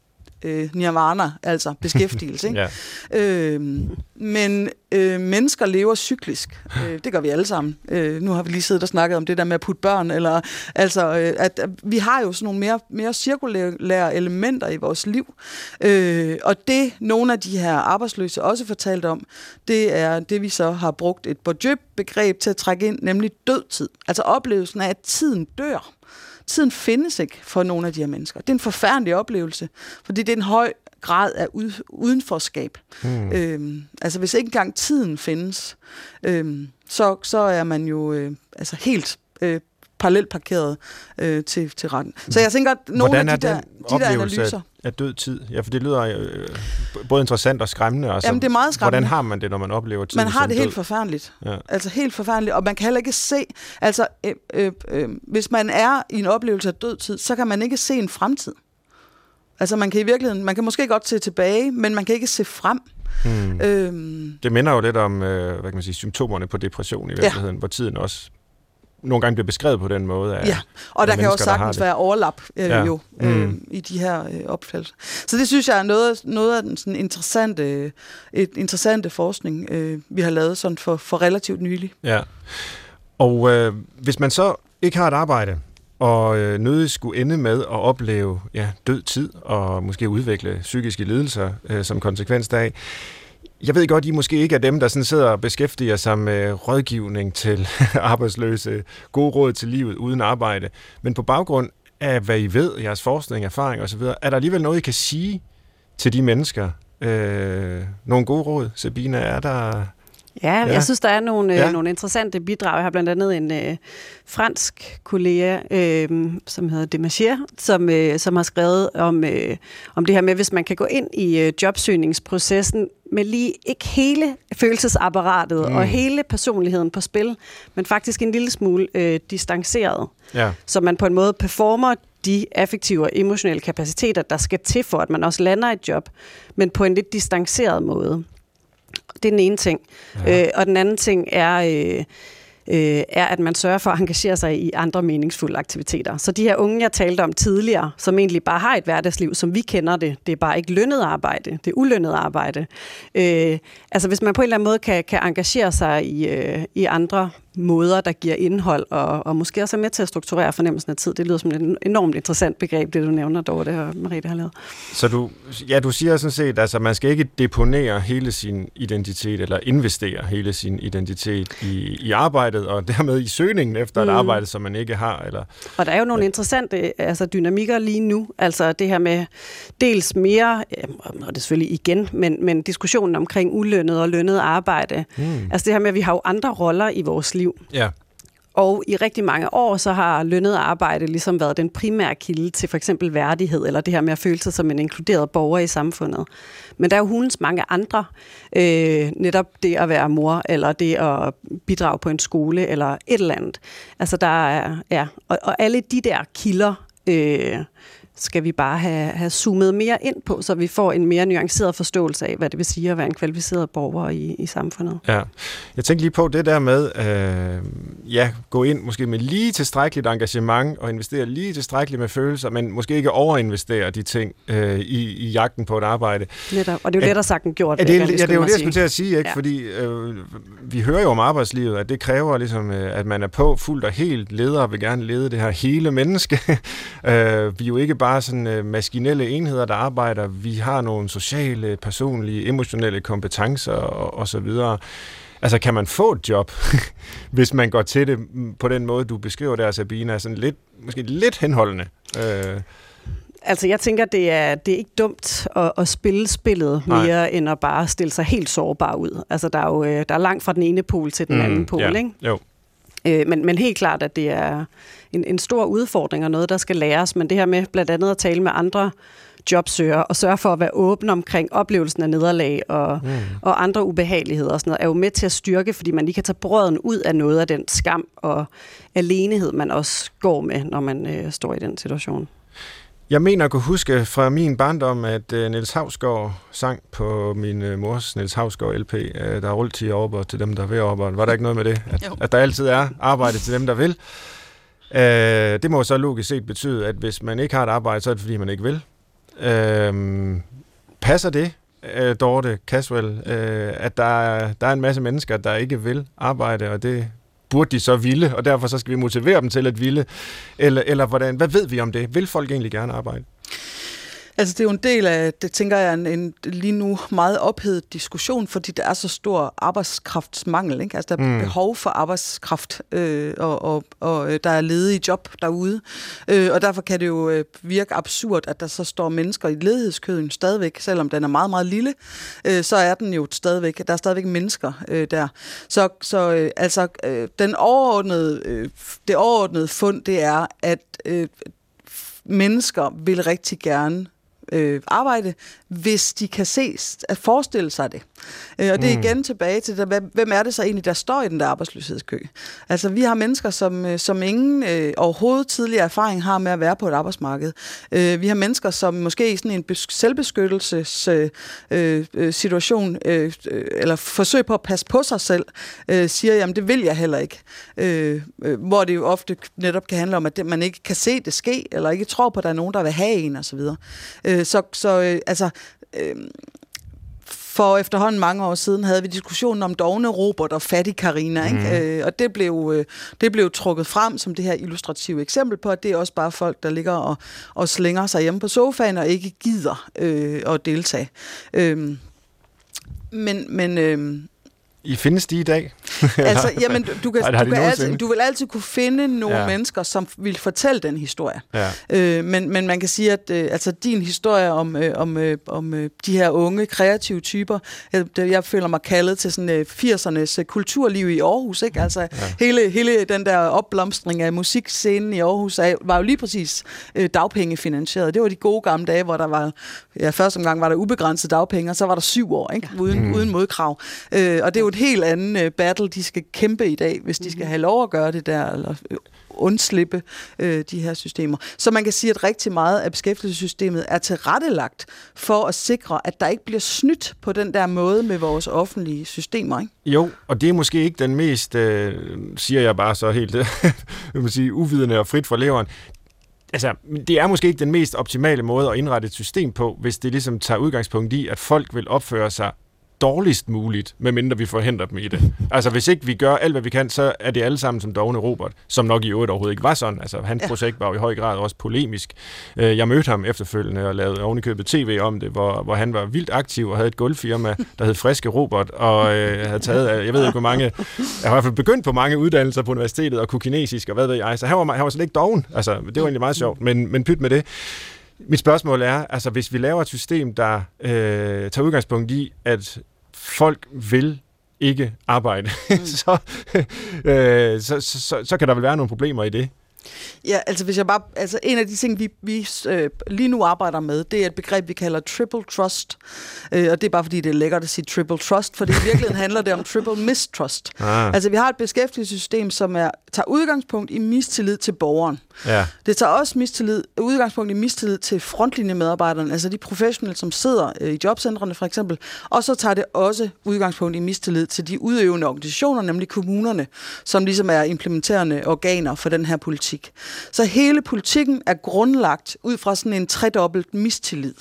Øh, nirvana, altså beskæftigelse. Ikke? ja. øh, men øh, mennesker lever cyklisk. Øh, det gør vi alle sammen. Øh, nu har vi lige siddet og snakket om det der med at putte børn, eller altså, øh, at, at vi har jo sådan nogle mere, mere cirkulære elementer i vores liv. Øh, og det, nogle af de her arbejdsløse også fortalt om, det er det, vi så har brugt et Bourdieu-begreb til at trække ind, nemlig dødtid. Altså oplevelsen af, at tiden dør. Tiden findes ikke for nogle af de her mennesker. Det er en forfærdelig oplevelse, fordi det er en høj grad af udenforskab. Hmm. Øhm, altså hvis ikke engang tiden findes, øhm, så, så er man jo øh, altså helt øh, parallelt parkeret øh, til, til retten. Så jeg tænker, at nogle Hvordan af de der, de der analyser... af død tid? Ja, for det lyder øh, både interessant og skræmmende. Altså, Jamen, det er meget skræmmende. Hvordan har man det, når man oplever tiden? Man har som det død? helt forfærdeligt. Ja. Altså helt forfærdeligt. Og man kan heller ikke se... Altså, øh, øh, øh, hvis man er i en oplevelse af død tid, så kan man ikke se en fremtid. Altså, man kan i virkeligheden... Man kan måske godt se tilbage, men man kan ikke se frem. Hmm. Øhm, det minder jo lidt om øh, hvad kan man sige, symptomerne på depression i virkeligheden, ja. Hvor tiden også nogle gange bliver beskrevet på den måde af, ja, og der kan også sagtens være overlap øh, ja. jo øh, mm. i de her øh, opfattelser. Så det synes jeg er noget, noget af den sådan interessante, et interessante forskning, øh, vi har lavet sådan for, for relativt nylig. Ja, og øh, hvis man så ikke har et arbejde, og øh, nødigt skulle ende med at opleve ja, død tid, og måske udvikle psykiske lidelser øh, som konsekvens deraf. Jeg ved godt, I måske ikke er dem, der sådan sidder og beskæftiger sig med rådgivning til arbejdsløse, gode råd til livet uden arbejde. Men på baggrund af, hvad I ved, jeres forskning, erfaring osv., er der alligevel noget, I kan sige til de mennesker? Øh, nogle gode råd, Sabina, er der... Ja, ja, jeg synes, der er nogle, ja. øh, nogle interessante bidrag. Jeg har blandt andet en øh, fransk kollega, øh, som hedder Demarchier, som, øh, som har skrevet om, øh, om det her med, hvis man kan gå ind i øh, jobsøgningsprocessen med lige ikke hele følelsesapparatet mm. og hele personligheden på spil, men faktisk en lille smule øh, distanceret. Ja. Så man på en måde performer de affektive og emotionelle kapaciteter, der skal til for, at man også lander et job, men på en lidt distanceret måde. Det er den ene ting. Ja. Øh, og den anden ting er, øh, øh, er, at man sørger for at engagere sig i andre meningsfulde aktiviteter. Så de her unge, jeg talte om tidligere, som egentlig bare har et hverdagsliv, som vi kender det, det er bare ikke lønnet arbejde, det er ulønnet arbejde. Øh, altså hvis man på en eller anden måde kan, kan engagere sig i, øh, i andre måder, der giver indhold, og, og måske også er med til at strukturere fornemmelsen af tid. Det lyder som et enormt interessant begreb, det du nævner, Dorte og Merete har lavet. Så du, ja, du siger sådan set, altså man skal ikke deponere hele sin identitet, eller investere hele sin identitet i, i arbejdet, og dermed i søgningen efter mm. et arbejde, som man ikke har. Eller, og der er jo nogle interessante altså, dynamikker lige nu. Altså det her med dels mere, og det er selvfølgelig igen, men, men diskussionen omkring ulønnet og lønnet arbejde. Mm. Altså det her med, at vi har jo andre roller i vores liv. Ja. Og i rigtig mange år, så har lønnet arbejde ligesom været den primære kilde til for eksempel værdighed, eller det her med at føle sig som en inkluderet borger i samfundet. Men der er jo hulens mange andre. Øh, netop det at være mor, eller det at bidrage på en skole, eller et eller andet. Altså der er, ja, og, og alle de der kilder, øh, skal vi bare have, have zoomet mere ind på, så vi får en mere nuanceret forståelse af, hvad det vil sige at være en kvalificeret borger i, i samfundet. Ja, jeg tænkte lige på det der med, øh, ja, gå ind måske med lige tilstrækkeligt engagement, og investere lige tilstrækkeligt med følelser, men måske ikke overinvestere de ting øh, i, i jagten på et arbejde. Netop, og det er jo lettere sagt end gjort. Er det, ja, det er jo det, jeg skulle til at sige, ikke? Ja. Fordi øh, vi hører jo om arbejdslivet, at det kræver ligesom, øh, at man er på fuldt og helt. Ledere vil gerne lede det her hele menneske. øh, vi er jo ikke bare sådan øh, maskinelle enheder, der arbejder. Vi har nogle sociale, personlige, emotionelle kompetencer og, og så videre. Altså, kan man få et job, hvis man går til det på den måde, du beskriver der, Sabina, sådan lidt, måske lidt henholdende? Øh. Altså, jeg tænker, det er, det er ikke dumt at, at spille spillet mere, Nej. end at bare stille sig helt sårbar ud. Altså, der er jo der er langt fra den ene pol til den mm, anden pol, ja. ikke? Jo. Øh, men, men helt klart, at det er en, en stor udfordring og noget, der skal læres. Men det her med blandt andet at tale med andre jobsøgere og sørge for at være åbne omkring oplevelsen af nederlag og, mm. og andre ubehageligheder og sådan noget, er jo med til at styrke, fordi man lige kan tage brøden ud af noget af den skam og alenehed, man også går med, når man øh, står i den situation. Jeg mener at kunne huske fra min barndom, at uh, Niels Hausgaard sang på min uh, mors Niels Hausgaard L P, uh, der er altid arbejde til dem, der vil arbejde. Var der ikke noget med det? At, at der altid er arbejde til dem, der vil. Uh, det må så logisk set betyde, at hvis man ikke har et arbejde, så er det fordi, man ikke vil. Uh, passer det, uh, Dorte Caswell, uh, at der er, der er en masse mennesker, der ikke vil arbejde, og det burde de så ville, og derfor så skal vi motivere dem til at ville, eller, eller hvordan, hvad ved vi om det? Vil folk egentlig gerne arbejde? Altså det er jo en del af, det tænker jeg, en, en lige nu meget ophedet diskussion, fordi der er så stor arbejdskraftsmangel, ikke? Altså der er mm. behov for arbejdskraft, øh, og, og, og der er ledige job derude, øh, og derfor kan det jo øh, virke absurd, at der så står mennesker i ledighedskøen stadigvæk, selvom den er meget, meget lille, øh, så er den jo stadigvæk, der er stadigvæk mennesker øh, der. Så, så øh, altså, øh, den overordnede, øh, det overordnede fund, det er, at øh, mennesker vil rigtig gerne øh, arbejde, hvis de kan se at forestille sig det. Øh, og det er igen tilbage til, der, hvem er det så egentlig, der står i den der arbejdsløshedskø? Altså, vi har mennesker, som, som ingen øh, overhovedet tidligere erfaring har med at være på et arbejdsmarked. Øh, vi har mennesker, som måske i sådan en selvbeskyttelses øh, øh, situation, øh, eller forsøg på at passe på sig selv, øh, siger, jamen det vil jeg heller ikke. Øh, øh, hvor det jo ofte netop kan handle om, at det, man ikke kan se det ske, eller ikke tror på, at der er nogen, der vil have en, og så videre. Øh, så, så øh, altså, øh, for efterhånden mange år siden havde vi diskussionen om dovne Robert og fattig Carina, ikke? Mm. Øh, og det blev, øh, det blev trukket frem som det her illustrative eksempel på, at det er også bare folk, der ligger og, og slænger sig hjemme på sofaen og ikke gider øh, at deltage. Øh, men men øh, I findes de i dag? altså, jamen, du, du, kan, Ej, du, kan altid, du vil altid kunne finde nogle ja. mennesker, som vil fortælle den historie. Ja. Øh, men, men man kan sige, at øh, altså, din historie om, øh, om, øh, om øh, de her unge, kreative typer, jeg, jeg føler mig kaldet til sådan øh, firsernes øh, kulturliv i Aarhus, ikke? Altså, ja. hele, hele den der opblomstring af musikscenen i Aarhus er, var jo lige præcis øh, dagpengefinansieret. Det var de gode gamle dage, hvor der var, ja, første omgang var der ubegrænset dagpenge, og så var der syv år, ikke? Uden, mm. uden modkrav. Øh, og det er jo et helt andet øh, battle, de skal kæmpe i dag, hvis de skal have lov at gøre det der, eller øh, undslippe øh, de her systemer. Så man kan sige, at rigtig meget af beskæftigelsessystemet er tilrettelagt for at sikre, at der ikke bliver snydt på den der måde med vores offentlige systemer, ikke? Jo, og det er måske ikke den mest, øh, siger jeg bare så helt, vil man sige, uvidende og frit for leveren. Altså, det er måske ikke den mest optimale måde at indrette et system på, hvis det ligesom tager udgangspunkt i, at folk vil opføre sig dårligst muligt, medmindre vi forhindrer dem i det. Altså, hvis ikke vi gør alt, hvad vi kan, så er det alle sammen som dovne Robert, som nok i øvrigt overhovedet ikke var sådan. Altså, hans ja. projekt var jo i høj grad også polemisk. Jeg mødte ham efterfølgende og lavede ovenikøbet tv om det, hvor, hvor han var vildt aktiv og havde et gulvfirma, der hed Friske Robert, og øh, havde taget, jeg ved ikke hvor mange, jeg har i hvert fald begyndt på mange uddannelser på universitetet og kunne kinesisk, og hvad ved jeg. Så han var, han var slet ikke doven. Altså, det var egentlig meget sjovt, men, men pyt med det. Mit spørgsmål er, altså, hvis vi laver et system, der øh, tager udgangspunkt i, at folk vil ikke arbejde, mm. så, øh, så, så, så, så kan der vel være nogle problemer i det. Ja, altså hvis jeg bare, altså en af de ting, vi, vi øh, lige nu arbejder med, det er et begreb, vi kalder triple trust. Øh, og det er bare fordi, det er lækkert at sige triple trust, for i virkeligheden handler det om triple mistrust. Ah. Altså vi har et beskæftigelsessystem, som er, tager udgangspunkt i mistillid til borgeren. Ja. Det tager også mistillid, udgangspunkt i mistillid til frontlinjemedarbejderne, altså de professionelle, som sidder øh, i jobcentrene for eksempel. Og så tager det også udgangspunkt i mistillid til de udøvende organisationer, nemlig kommunerne, som ligesom er implementerende organer for den her politik. Så hele politikken er grundlagt ud fra sådan en tredobbelt mistillid.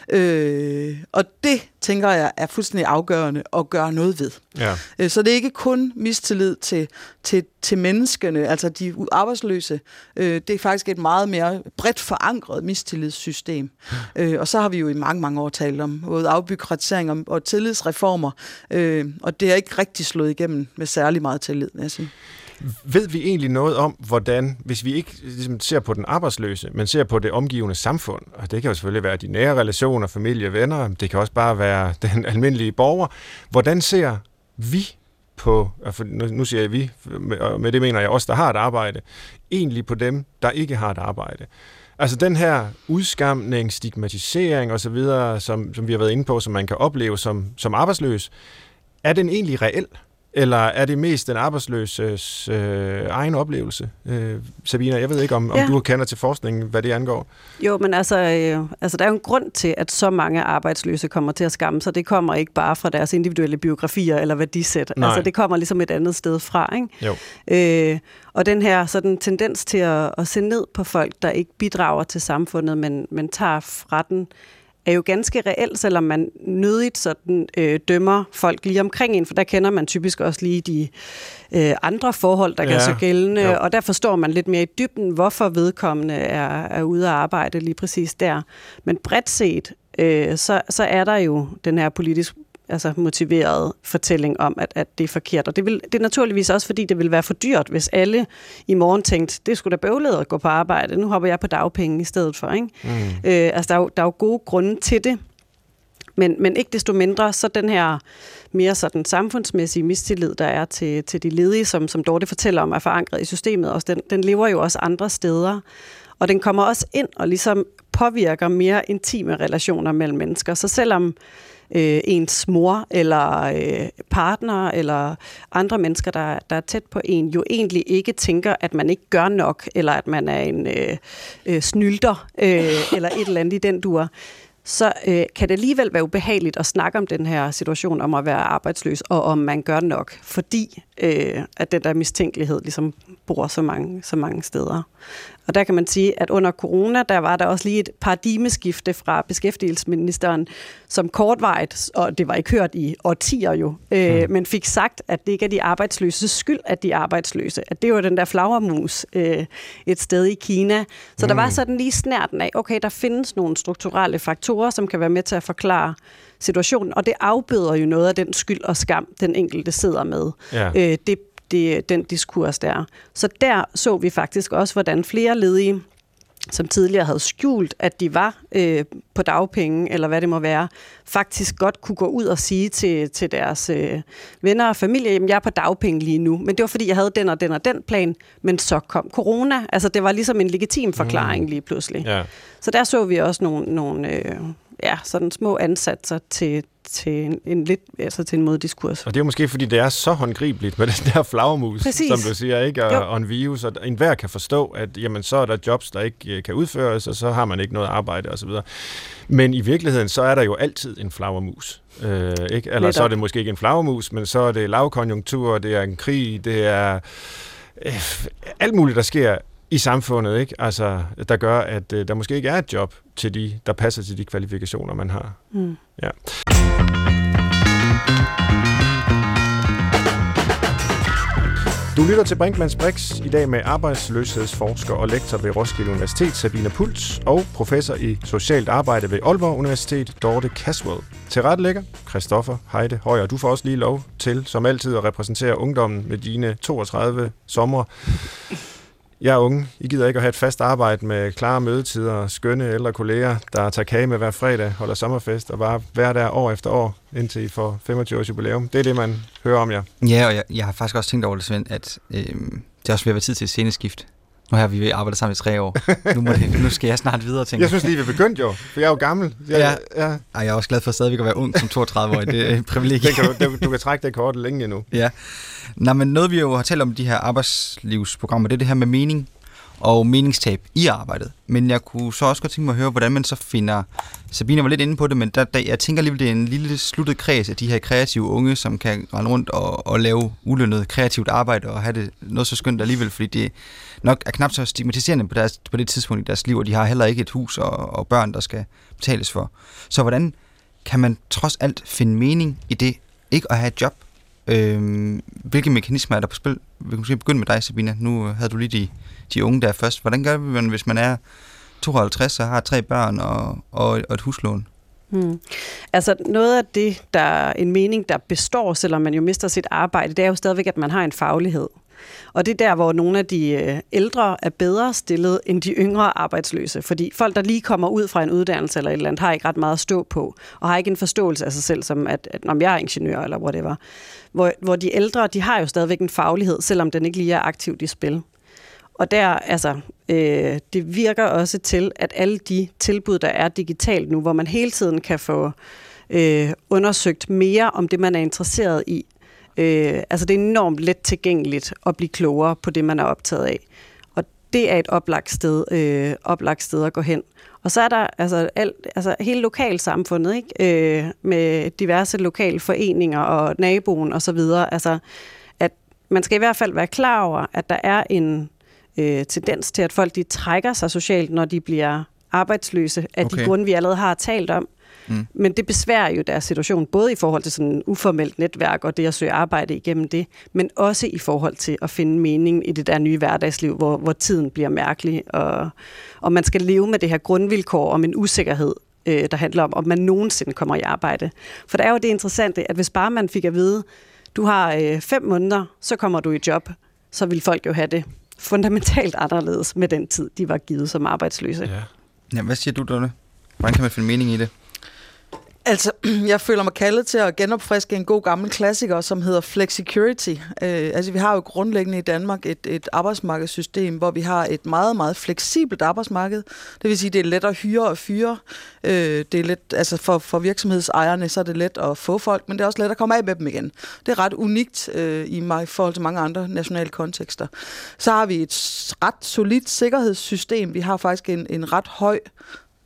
Øh, og det, tænker jeg, er fuldstændig afgørende at gøre noget ved. Ja. Øh, så det er ikke kun mistillid til, til, til menneskene, altså de arbejdsløse. Øh, det er faktisk et meget mere bredt forankret mistillidssystem. øh, og så har vi jo i mange, mange år talt om både afbureaukratisering og, og tillidsreformer. Øh, og det er ikke rigtig slået igennem med særlig meget tillid, vil jeg sige. Ved vi egentlig noget om, hvordan, hvis vi ikke ligesom ser på den arbejdsløse, men ser på det omgivende samfund, og det kan jo selvfølgelig være de nære relationer, familie, venner, det kan også bare være den almindelige borger, hvordan ser vi på, nu siger jeg vi, og med det mener jeg også, der har et arbejde, egentlig på dem, der ikke har et arbejde? Altså den her udskamning, stigmatisering osv., som, som vi har været inde på, som man kan opleve som, som arbejdsløs, er den egentlig reel? Eller er det mest den arbejdsløses øh, egen oplevelse? Øh, Sabina, jeg ved ikke, om, ja. om du kender til forskningen, hvad det angår. Jo, men altså, øh, altså, der er jo en grund til, at så mange arbejdsløse kommer til at skamme sig. Det kommer ikke bare fra deres individuelle biografier eller værdisæt. Nej. Altså, det kommer ligesom et andet sted fra, ikke? Jo. Øh, og den her sådan, tendens til at, at se ned på folk, der ikke bidrager til samfundet, men, men tager fra den, er jo ganske reelt, selvom man nødigt sådan, øh, dømmer folk lige omkring en, for der kender man typisk også lige de øh, andre forhold, der ja. kan så gældende, jo. Og der forstår man lidt mere i dybden, hvorfor vedkommende er, er ude at arbejde lige præcis der. Men bredt set, øh, så, så er der jo den her politisk altså motiveret fortælling om, at, at det er forkert. Og det, vil, det er naturligvis også, fordi det vil være for dyrt, hvis alle i morgen tænkte, det skulle da bøvlet at gå på arbejde, nu hopper jeg på dagpenge i stedet for. Ikke? Mm. Øh, altså, der er, jo, der er jo gode grunde til det, men, men ikke desto mindre, så den her mere sådan samfundsmæssige mistillid, der er til, til de ledige, som, som Dorte fortæller om, er forankret i systemet, også den, den lever jo også andre steder. Og den kommer også ind og ligesom påvirker mere intime relationer mellem mennesker. Så selvom Øh, ens mor eller øh, partner eller andre mennesker, der, der er tæt på en, jo egentlig ikke tænker, at man ikke gør nok, eller at man er en øh, øh, snylter, øh, eller et eller andet i den dur, så øh, kan det alligevel være ubehageligt at snakke om den her situation om at være arbejdsløs, og om man gør nok, fordi øh, at den der mistænkelighed ligesom bor så mange, så mange steder. Og der kan man sige, at under corona, der var der også lige et paradigmeskifte fra beskæftigelsesministeren, som kortvarigt, og det var ikke hørt i årtier jo, øh, mm. men fik sagt, at det ikke er de arbejdsløses skyld, at de er arbejdsløse. At det var den der flagermus øh, et sted i Kina. Så mm. der var sådan lige snærten af, okay, der findes nogle strukturelle faktorer, som kan være med til at forklare situationen, og det afbøder jo noget af den skyld og skam, den enkelte sidder med. Ja. Øh, det Det, den diskurs der. Så der så vi faktisk også, hvordan flere ledige, som tidligere havde skjult, at de var øh, på dagpenge, eller hvad det må være, faktisk godt kunne gå ud og sige til, til deres øh, venner og familie, jamen jeg er på dagpenge lige nu, men det var fordi, jeg havde den og den og den plan, men så kom corona. Altså det var ligesom en legitim forklaring mm. lige pludselig. Ja. Så der så vi også nogle, nogle øh, ja, sådan små ansatser til til en, en lidt altså til en moddiskurs. Og det er måske fordi det er så håndgribeligt med den der flagermus, som du siger, ikke, og, og en virus, og enhver kan forstå, at jamen så er der jobs der ikke kan udføres, og så har man ikke noget arbejde og så videre. Men i virkeligheden så er der jo altid en flagermus, øh, ikke? Eller så er det måske ikke en flagermus, men så er det lavkonjunktur, det er en krig, det er øh, alt muligt der sker i samfundet, ikke? Altså, der gør, at øh, der måske ikke er et job til de, der passer til de kvalifikationer, man har. Mm. Ja. Du lytter til Brinkmanns Brix i dag med arbejdsløshedsforsker og lektor ved Roskilde Universitet, Sabine Puls, og professor i socialt arbejde ved Aalborg Universitet, Dorte Caswell. Tilrettelægger, Christoffer Heide Højer. Du får også lige lov til, som altid, at repræsentere ungdommen med dine toogtredive somre. Jeg er unge. I gider ikke at have et fast arbejde med klare mødetider og skønne ældre kolleger, der tager kage med hver fredag, holder sommerfest og bare hver der år efter år, indtil I får femogtyve års jubilæum. Det er det, man hører om jer. Ja, og jeg, jeg har faktisk også tænkt over det, Svend, at øh, det er også ved at være tid til et sceneskift. Nu har vi arbejdet sammen i tre år. Nu, må det, nu skal jeg snart videre, tænker jeg. synes lige, vi er begyndt jo, for jeg er jo gammel. Jeg, ja. Ja. Ej, jeg er også glad for stadigvæk at være ung som toogtredive-årig. Det er et privilegie. Kan du, du kan trække det kort længe endnu. Ja. Nå, men noget vi jo har talt om de her arbejdslivsprogrammer, det er det her med mening og meningstab i arbejdet. Men jeg kunne så også godt tænke mig at høre, hvordan man så finder... Sabine var lidt inde på det, men der, der, jeg tænker alligevel, det er en lille sluttet kreds af de her kreative unge, som kan rende rundt og, og lave ulønnet kreativt arbejde og have det noget så skønt alligevel, fordi det nok er knap så stigmatiserende på, deres, på det tidspunkt i deres liv, og de har heller ikke et hus og, og børn, der skal betales for. Så hvordan kan man trods alt finde mening i det ikke at have et job? Øhm, hvilke mekanismer er der på spil? Vi kan måske begynde med dig, Sabine. Nu havde du lige de, de unge der først. Hvordan gør man, hvis man er tooghalvtreds og har tre børn og, og, og et huslån? Hmm. Altså noget af det, der er en mening, der består, selvom man jo mister sit arbejde, det er jo stadigvæk, at man har en faglighed. Og det er der, hvor nogle af de ældre er bedre stillet end de yngre arbejdsløse. Fordi folk, der lige kommer ud fra en uddannelse eller et eller andet, har ikke ret meget at stå på, og har ikke en forståelse af sig selv, som at, at når jeg er ingeniør eller whatever. Hvor, hvor de ældre, de har jo stadigvæk en faglighed, selvom den ikke lige er aktivt i spil. Og der, altså, øh, det virker også til, at alle de tilbud, der er digitalt nu, hvor man hele tiden kan få øh, undersøgt mere om det, man er interesseret i. Øh, altså det er enormt let tilgængeligt at blive klogere på det, man er optaget af. Og det er et oplagt sted, øh, oplagt sted at gå hen. Og så er der altså, alt, altså hele lokalsamfundet, ikke? Øh, med diverse lokale foreninger og naboen og så videre. Altså, at man skal i hvert fald være klar over, at der er en øh, tendens til, at folk de trækker sig socialt, når de bliver arbejdsløse, af okay. de grunde, vi allerede har talt om. Mm. Men det besværer jo deres situation, både i forhold til sådan uformelt netværk og det at søge arbejde igennem det, men også i forhold til at finde mening i det der nye hverdagsliv, hvor, hvor tiden bliver mærkelig, og, og man skal leve med det her grundvilkår om en usikkerhed, øh, der handler om, om man nogensinde kommer i arbejde. For det er jo det interessante, at hvis bare man fik at vide, du har øh, fem måneder, så kommer du i job, så vil folk jo have det fundamentalt anderledes med den tid, de var givet som arbejdsløse. Ja, ja hvad siger du, Dorte? Hvordan kan man finde mening i det? Altså, jeg føler mig kaldet til at genopfriske en god gammel klassiker, som hedder flexicurity. Øh, altså, vi har jo grundlæggende i Danmark et, et arbejdsmarkedssystem, hvor vi har et meget, meget fleksibelt arbejdsmarked. Det vil sige, det er let at hyre og fyre. Øh, det er let, altså for, for virksomhedsejerne, så er det let at få folk, men det er også let at komme af med dem igen. Det er ret unikt øh, i, i forhold til mange andre nationale kontekster. Så har vi et ret solidt sikkerhedssystem. Vi har faktisk en, en ret høj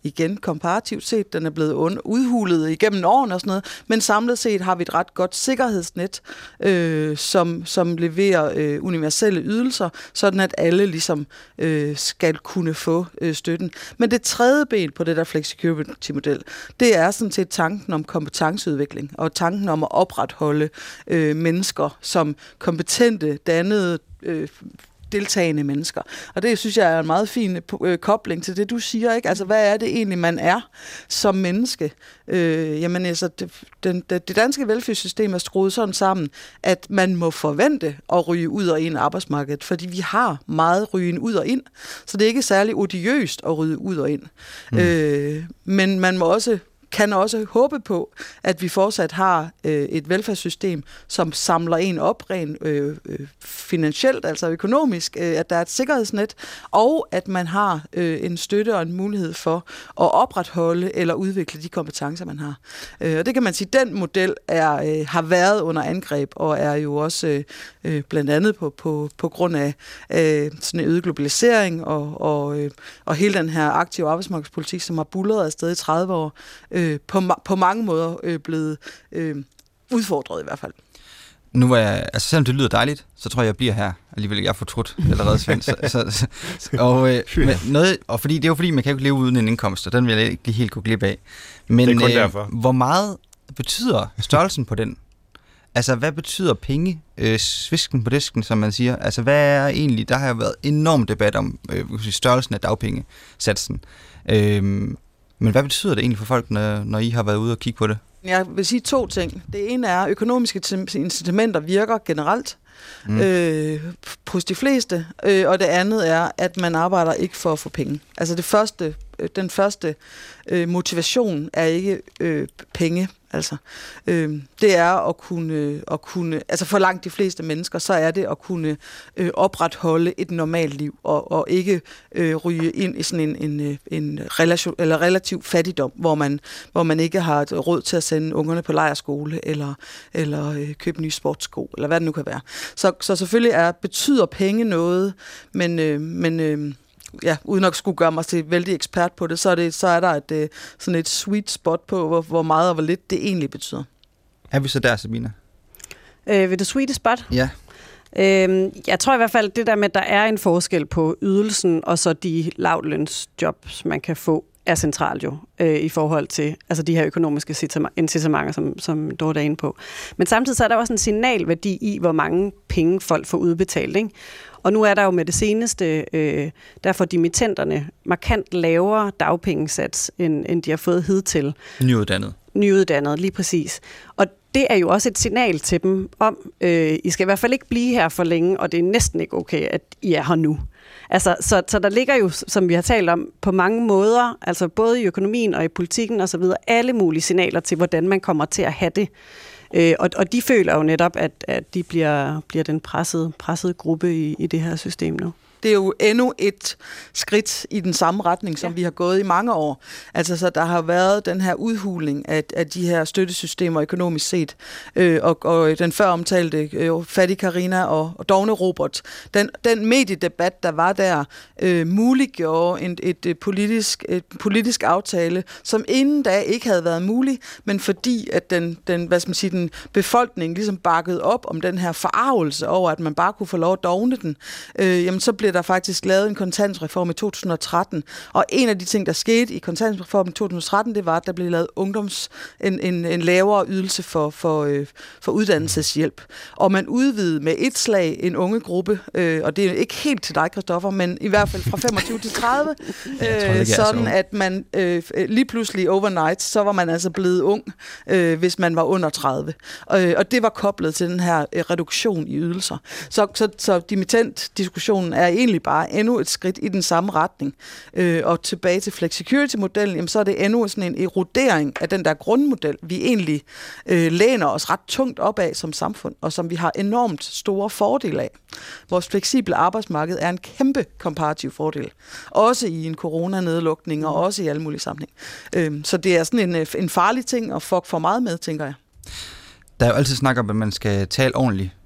igen komparativt set, den er blevet udhulet igennem årene og sådan noget, men samlet set har vi et ret godt sikkerhedsnet, øh, som, som leverer øh, universelle ydelser, sådan at alle ligesom øh, skal kunne få øh, støtten. Men det tredje ben på det der flexicurity-model, det er sådan set tanken om kompetenceudvikling, og tanken om at opretholde øh, mennesker som kompetente, dannede, øh, deltagende mennesker. Og det synes jeg er en meget fin øh, kobling til det, du siger, ikke? Altså, hvad er det egentlig, man er som menneske? Øh, jamen, altså, det, den, det danske velfærdssystem er skruet sådan sammen, at man må forvente at ryge ud og ind af arbejdsmarkedet, fordi vi har meget rygen ud og ind, så det er ikke særlig odiøst at ryge ud og ind. Mm. Øh, men man må også kan også håbe på, at vi fortsat har øh, et velfærdssystem, som samler en op rent øh, øh, finansielt, altså økonomisk, øh, at der er et sikkerhedsnet, og at man har øh, en støtte og en mulighed for at opretholde eller udvikle de kompetencer, man har. Øh, og det kan man sige, den model er, øh, har været under angreb, og er jo også øh, blandt andet på, på, på grund af øh, sådan en øget globalisering, og, og, øh, og hele den her aktive arbejdsmarkedspolitik, som har buldret afsted i tredive år, øh, På, på mange måder øh, blevet øh, udfordret i hvert fald. Nu var jeg, altså selvom det lyder dejligt, så tror jeg, jeg bliver her. Alligevel, jeg er fortrudt allerede, Svend. så, så, så, og, øh, noget, og fordi, det er jo fordi, man kan jo ikke leve uden en indkomst, og den vil jeg ikke lige helt gå glip af. Men det er kun øh, derfor. Hvor meget betyder størrelsen på den? Altså, hvad betyder penge, øh, svisken på disken, som man siger? Altså, hvad er egentlig, der har jo været enorm debat om øh, størrelsen af dagpengesatsen. Øh, Men hvad betyder det egentlig for folk, når, når I har været ude og kigge på det? Jeg vil sige to ting. Det ene er, at økonomiske incitamenter virker generelt mm. øh, hos de fleste, øh, og det andet er, at man arbejder ikke for at få penge. Altså det første, den første øh, motivation er ikke øh, penge. Altså, øh, det er at kunne, at kunne, altså for langt de fleste mennesker, så er det at kunne øh, opretholde et normalt liv, og, og ikke øh, ryge ind i sådan en, en, en relation, eller relativ fattigdom, hvor man, hvor man ikke har råd til at sende ungerne på lejrskole, eller, eller øh, købe nye sportssko, eller hvad det nu kan være. Så, så selvfølgelig er, betyder penge noget, men, øh, men øh, ja, uden at skulle gøre mig til vældig ekspert på det, så er, det, så er der et, sådan et sweet spot på, hvor, hvor meget og hvor lidt det egentlig betyder. Er vi så der, Sabina? Øh, ved det sweet spot? Ja. Øh, jeg tror i hvert fald, det der med, at der er en forskel på ydelsen og så de lavtlønsjobs, man kan få, er centralt jo, øh, i forhold til altså de her økonomiske incitamenter, som, som Dorte er inde på. Men samtidig så er der også en signalværdi i, hvor mange penge folk får udbetalt, ikke? Og nu er der jo med det seneste, øh, der får dimittenterne markant lavere dagpengesats, end, end de har fået hidtil. Nyuddannet. Nyuddannet, lige præcis. Og det er jo også et signal til dem om, øh, I skal i hvert fald ikke blive her for længe, og det er næsten ikke okay, at I er her nu. Altså, så, så der ligger jo, som vi har talt om, på mange måder, altså både i økonomien og i politikken og så videre, alle mulige signaler til, hvordan man kommer til at have det. Øh, og, og de føler jo netop, at, at de bliver, bliver den pressede, pressede gruppe i, i det her system nu. Det er jo endnu et skridt i den samme retning, som ja. vi har gået i mange år. Altså, så der har været den her udhuling af, af de her støttesystemer økonomisk set. Øh, og, og den før omtalte øh, Fattig Carina og, og Dovne Robert. Den, den mediedebat, der var der, øh, muliggjorde en, et, et, politisk, et politisk aftale, som inden da ikke havde været mulig, men fordi at den, den, hvad skal man sige, den befolkning ligesom bakkede op om den her forarvelse over, at man bare kunne få lov at dovne den, øh, jamen så blev der faktisk lavet en kontanthjælpsreform i to tusind og tretten, og en af de ting, der skete i kontanthjælpsreformen i to tusind og tretten, det var, at der blev lavet ungdoms, en, en, en lavere ydelse for, for, øh, for uddannelseshjælp. Og man udvidede med et slag en unge gruppe, øh, og det er ikke helt til dig, Christoffer, men i hvert fald fra femogtyve til tredive, øh, øh, sådan at man øh, lige pludselig overnight, så var man altså blevet ung, øh, hvis man var under tredive. Øh, og det var koblet til den her øh, reduktion i ydelser. Så, så, så dimittentdiskussionen er egentlig bare endnu et skridt i den samme retning. Øh, og tilbage til flexicurity-modellen, jamen, så er det endnu sådan en erodering af den der grundmodel, vi egentlig øh, læner os ret tungt op af som samfund, og som vi har enormt store fordele af. Vores fleksible arbejdsmarked er en kæmpe komparativ fordel. Også i en coronanedlukning, og også i alle mulige sammenhæng. Øh, så det er sådan en, en farlig ting, at fuck for meget med, tænker jeg. Der er jo altid snak om, at man skal tale ordentligt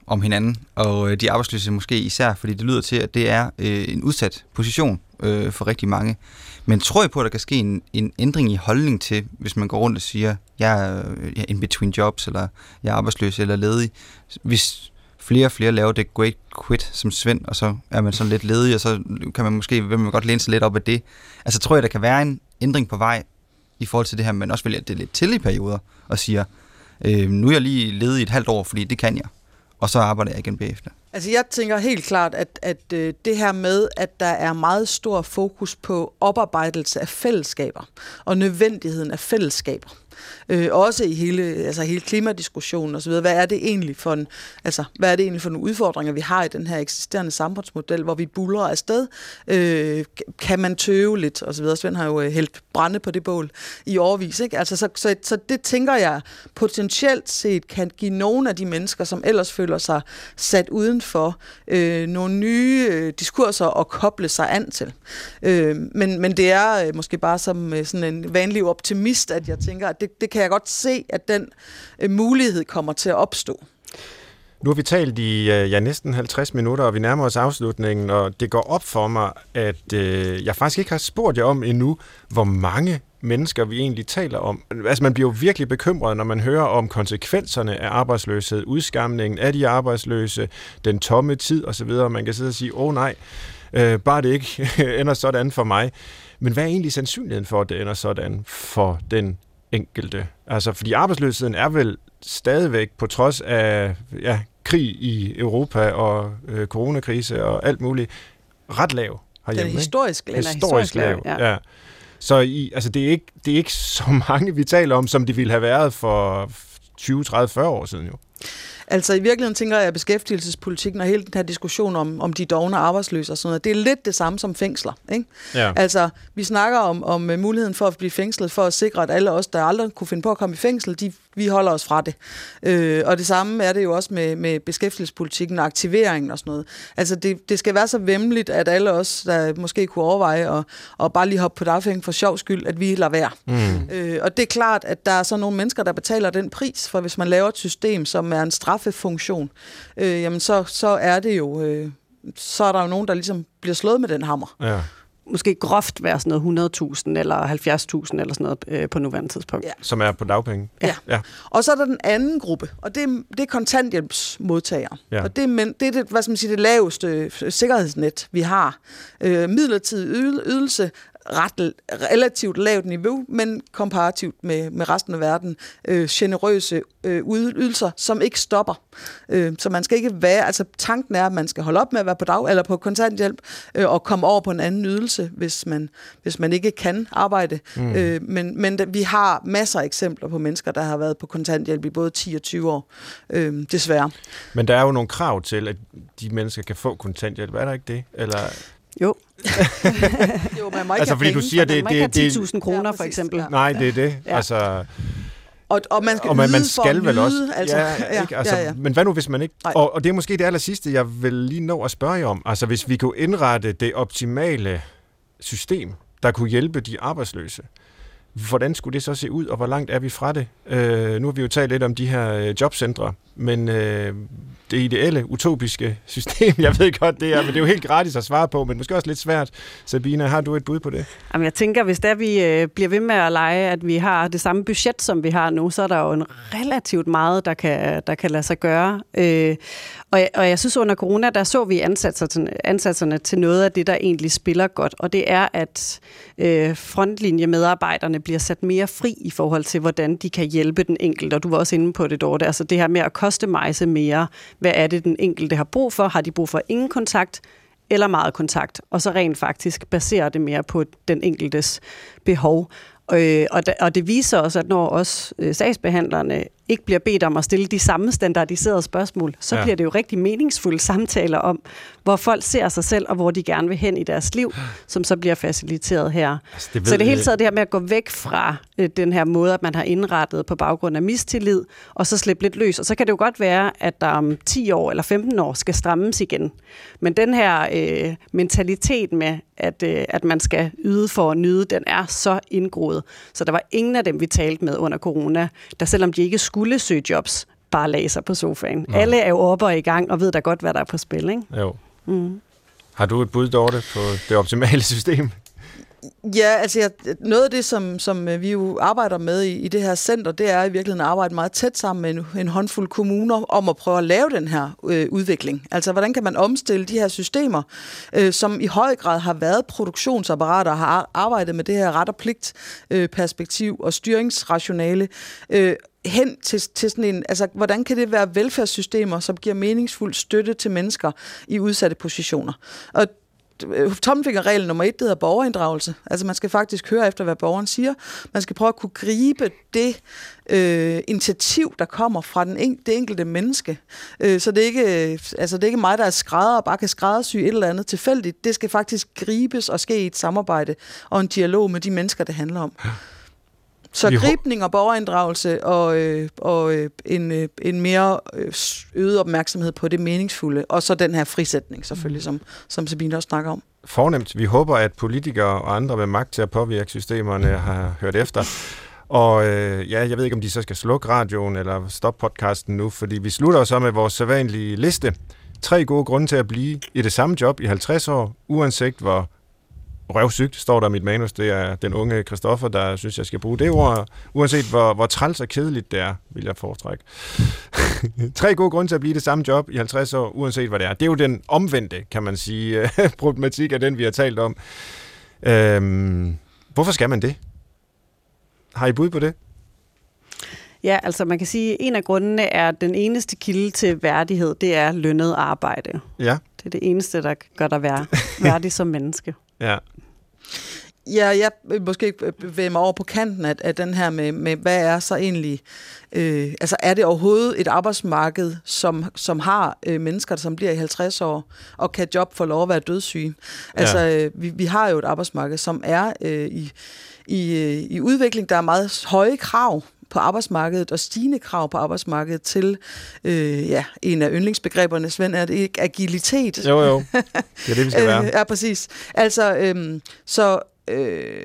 om hinanden, og øh, de arbejdsløse måske især, fordi det lyder til, at det er øh, en udsat position øh, for rigtig mange. Men tror jeg på, at der kan ske en, en ændring i holdning til, hvis man går rundt og siger, jeg er øh, in between jobs, eller jeg er arbejdsløs eller ledig. Hvis flere og flere laver det great quit som Svend, og så er man sådan lidt ledig, og så kan man måske vil man godt læne sig lidt op af det. Altså tror jeg, der kan være en ændring på vej i forhold til det her, men også vælger det lidt til i perioder, og siger, øh, nu er jeg lige ledig et halvt år, fordi det kan jeg, og så arbejder jeg igen bagefter. Altså jeg tænker helt klart, at, at øh, det her med, at der er meget stor fokus på oparbejdelse af fællesskaber, og nødvendigheden af fællesskaber. Øh, også i hele, altså hele klimadiskussionen og så videre. Hvad er det egentlig for en, altså hvad er det egentlig for nogle udfordringer vi har i den her eksisterende samfundsmodel, hvor vi buldrer afsted? Øh, kan man tøve lidt og så videre? Svend har jo hældt brænde på det bål i årevis, ikke? Altså så, så, så det tænker jeg potentielt set kan give nogle af de mennesker, som ellers føler sig sat udenfor, øh, nogle nye øh, diskurser at koble sig an til. Øh, men, men det er øh, måske bare som øh, sådan en vanlig optimist, at jeg tænker, at det Det, det kan jeg godt se, at den øh, mulighed kommer til at opstå. Nu har vi talt i ja, næsten halvtreds minutter, og vi nærmer os afslutningen, og det går op for mig, at øh, jeg faktisk ikke har spurgt jer om endnu, hvor mange mennesker vi egentlig taler om. Altså man bliver jo virkelig bekymret, når man hører om konsekvenserne af arbejdsløshed, udskamningen af de arbejdsløse, den tomme tid osv. Man kan sidde og sige, åh nej, øh, bare det ikke ender sådan for mig. Men hvad er egentlig sandsynligheden for, at det ender sådan for den enkelte? Altså, fordi arbejdsløsheden er vel stadigvæk, på trods af ja, krig i Europa og øh, coronakrise og alt muligt, ret lav herhjemme. Den er historisk, historisk, historisk lav. Ja. Ja. Så i, altså, det, er ikke, det er ikke så mange, vi taler om, som det ville have været for tyve, tredive, fyrre år siden jo. Altså i virkeligheden tænker jeg, at beskæftigelsespolitikken og hele den her diskussion om, om de dovne arbejdsløse og sådan noget, det er lidt det samme som fængsler. Ikke? Ja. Altså vi snakker om, om muligheden for at blive fængslet, for at sikre, at alle os, der aldrig kunne finde på at komme i fængsel, de, vi holder os fra det. Øh, og det samme er det jo også med, med beskæftigelsespolitikken og aktiveringen og sådan noget. Altså det, det skal være så væmmeligt, at alle os, der måske kunne overveje at, at bare lige hoppe på dagpenge for sjov skyld, at vi lader være. Mm. Øh, og det er klart, at der er så nogle mennesker, der betaler den pris, for hvis man laver et system, som er en straffefunktion, øh, jamen så, så er det jo, øh, så er der jo nogen, der ligesom bliver slået med den hammer. Ja. Måske groft være sådan noget hundrede tusind eller halvfjerds tusind eller sådan noget øh, på nuværende tidspunkt. Ja. Som er på dagpenge. Ja. Ja. Og så er der den anden gruppe, og det er, det er kontanthjælpsmodtagere. Ja. Og det er, men, det er det, hvad skal man sige, det laveste sikkerhedsnet, vi har. Øh, midlertidig ydelse, ret relativt lavt niveau, men komparativt med, med resten af verden, øh, generøse øh, ydelser, som ikke stopper. Øh, så man skal ikke være, altså tanken er, at man skal holde op med at være på dag eller på kontanthjælp øh, og komme over på en anden ydelse, hvis man, hvis man ikke kan arbejde. Mm. Øh, men men da, vi har masser af eksempler på mennesker, der har været på kontanthjælp i både ti og tyve år, øh, desværre. Men der er jo nogle krav til, at de mennesker kan få kontanthjælp. Er der ikke det? Eller... Jo. jo, man må ikke altså, have fordi penge. du siger, det, man det, ikke have ti tusind kroner, for eksempel. Ja. Nej, det er det. Ja. Altså... Og, og man skal og man, yde man for skal at vel nyde, også, altså, ja, ikke? Altså, ja, ja. Men hvad nu, hvis man ikke... Og, og det er måske det aller sidste, jeg vil lige nå at spørge jer om. Altså, hvis vi kunne indrette det optimale system, der kunne hjælpe de arbejdsløse, hvordan skulle det så se ud, og hvor langt er vi fra det? Øh, nu har vi jo talt lidt om de her øh, jobcentre, men øh, det ideelle, utopiske system, jeg ved godt det er, men det er jo helt gratis at svare på, men måske også lidt svært. Sabina, har du et bud på det? Jamen, jeg tænker, hvis der vi øh, bliver ved med at lege, at vi har det samme budget, som vi har nu, så er der jo en relativt meget, der kan, der kan lade sig gøre. Øh, og, jeg, og jeg synes, under corona, der så vi ansatserne, ansatserne til noget af det, der egentlig spiller godt, og det er, at øh, frontlinjemedarbejderne bliver sat mere fri i forhold til, hvordan de kan hjælpe den enkelte, og du var også inde på det, Dorte, altså det her med at customize mere, hvad er det, den enkelte har brug for? Har de brug for ingen kontakt eller meget kontakt? Og så rent faktisk baserer det mere på den enkeltes behov. Øh, og, da, og det viser også, at når også øh, sagsbehandlerne ikke bliver bedt om at stille de samme standardiserede spørgsmål, så ja. bliver det jo rigtig meningsfulde samtaler om, hvor folk ser sig selv, og hvor de gerne vil hen i deres liv, som så bliver faciliteret her. Altså, det så det hele taget det her med at gå væk fra øh, den her måde, at man har indrettet på baggrund af mistillid, og så slippe lidt løs. Og så kan det jo godt være, at der om ti år eller femten år skal strammes igen. Men den her øh, mentalitet med, at, øh, at man skal yde for at nyde, den er så indgroet. Så der var ingen af dem, vi talte med under corona, der selvom de ikke skulle søge jobs, bare lagde sig på sofaen. Nej. Alle er jo oppe og i gang, og ved da godt, hvad der er på spil, ikke? Jo. Mm. Har du et bud, Dorte, på det optimale system? Ja, altså jeg, noget af det, som, som vi jo arbejder med i, i det her center, det er i virkeligheden at arbejde meget tæt sammen med en, en håndfuld kommuner om at prøve at lave den her øh, udvikling. Altså, hvordan kan man omstille de her systemer, øh, som i høj grad har været produktionsapparater og har arbejdet med det her ret og pligt øh, perspektiv og styringsrationale, øh, hen til, til sådan en, altså, hvordan kan det være velfærdssystemer, som giver meningsfuld støtte til mennesker i udsatte positioner? Og tommelfingerregel nummer et, det hedder borgerinddragelse. Altså man skal faktisk høre efter, hvad borgeren siger. Man skal prøve at kunne gribe det øh, initiativ, der kommer fra den en, det enkelte menneske. Øh, så det er, ikke, altså det er ikke mig, der er skrædder og bare kan skræddersy et eller andet tilfældigt. Det skal faktisk gribes og ske i et samarbejde og en dialog med de mennesker, det handler om. Så gribning og borgerinddragelse og, øh, og øh, en, øh, en mere øget opmærksomhed på det meningsfulde, og så den her frisætning selvfølgelig, som, som Sabine også snakker om. Fornemt. Vi håber, at politikere og andre med magt til at påvirke systemerne har hørt efter. Og øh, ja, jeg ved ikke, om de så skal slukke radioen eller stoppe podcasten nu, fordi vi slutter så med vores sædvanlige liste. Tre gode grunde til at blive i det samme job i halvtreds år, uanset hvor røvsygt, står der i mit manus. Det er den unge Christoffer, der synes, jeg skal bruge det ord. Uanset hvor, hvor træls og kedeligt det er, vil jeg foretrække. Tre gode grunde til at blive det samme job i halvtreds år, uanset hvad det er. Det er jo den omvendte, kan man sige, problematik af den, vi har talt om. Øhm, hvorfor skal man det? Har I bud på det? Ja, altså man kan sige, at en af grundene er, at den eneste kilde til værdighed, det er lønnet arbejde. Ja. Det er det eneste, der gør dig vær- værdig som menneske. Ja. Ja, jeg vil måske bevæge mig over på kanten af, af den her med, med, hvad er så egentlig, øh, altså er det overhovedet et arbejdsmarked, som, som har øh, mennesker, som bliver i halvtreds år, og kan job få lov at være dødssyge? Altså, ja. øh, vi, vi har jo et arbejdsmarked, som er øh, i, i, i udvikling, der er meget høje krav på arbejdsmarkedet og stigende krav på arbejdsmarkedet til, øh, ja, en af yndlingsbegreberne, Svend, er det ikke agilitet? Jo, jo. Det er det, vi skal være. Ja, præcis. Altså, øhm, så øh,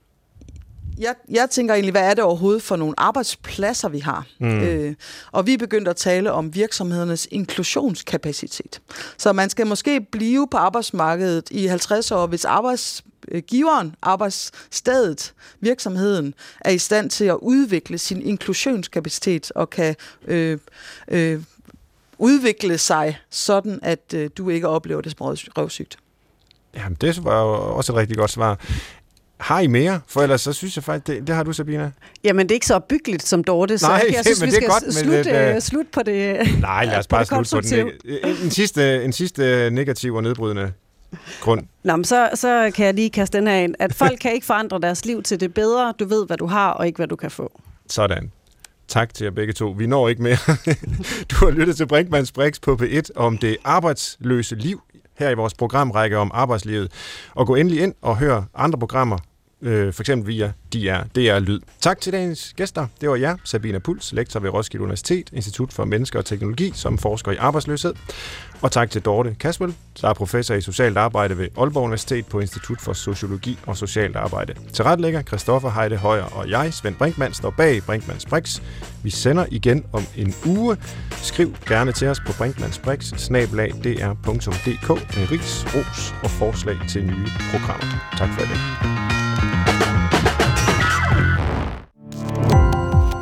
jeg, jeg tænker egentlig, hvad er det overhovedet for nogle arbejdspladser, vi har? Mm. Øh, og vi er begyndt at tale om virksomhedernes inklusionskapacitet. Så man skal måske blive på arbejdsmarkedet i halvtreds år, hvis arbejds giveren, arbejdsstedet, virksomheden, er i stand til at udvikle sin inklusionskapacitet og kan øh, øh, udvikle sig sådan, at øh, du ikke oplever det som røvsygt. Jamen, det var jo også et rigtig godt svar. Har I mere? For ellers så synes jeg faktisk, det, det har du, Sabina. Jamen, det er ikke så byggeligt som Dorte, så Nej, jeg det, synes, men vi det skal godt, slutte, det, uh, slutte på det. Nej, lad os bare slutte på den. En, en, sidste, en sidste negativ og nedbrydende grund. Nå, men så, så kan jeg lige kaste den her ind, at folk kan ikke forandre deres liv til det bedre. Du ved, hvad du har, og ikke hvad du kan få. Sådan. Tak til jer begge to. Vi når ikke mere. Du har lyttet til Brinkmanns Brix på P et om det arbejdsløse liv her i vores programrække om arbejdslivet. Og gå endelig ind og hør andre programmer, øh, for eksempel via D R, D R Lyd. Tak til dagens gæster. Det var jer, Sabina Puls, lektor ved Roskilde Universitet, Institut for Mennesker og Teknologi, som forsker i arbejdsløshed. Og tak til Dorte Kaswell, der er professor i socialt arbejde ved Aalborg Universitet på Institut for Sociologi og Socialt Arbejde. Tilrettelægger Christoffer Heide Højer og jeg, Svend Brinkmann, står bag Brinkmanns Brix. Vi sender igen om en uge. Skriv gerne til os på brinkmannsbrix snabel-a d r punktum d k med ris, ros og forslag til nye programmer. Tak for det.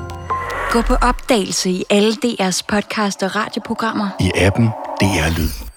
Gå på opdagelse i alle D R's podcast og radioprogrammer. I appen D R Lyd.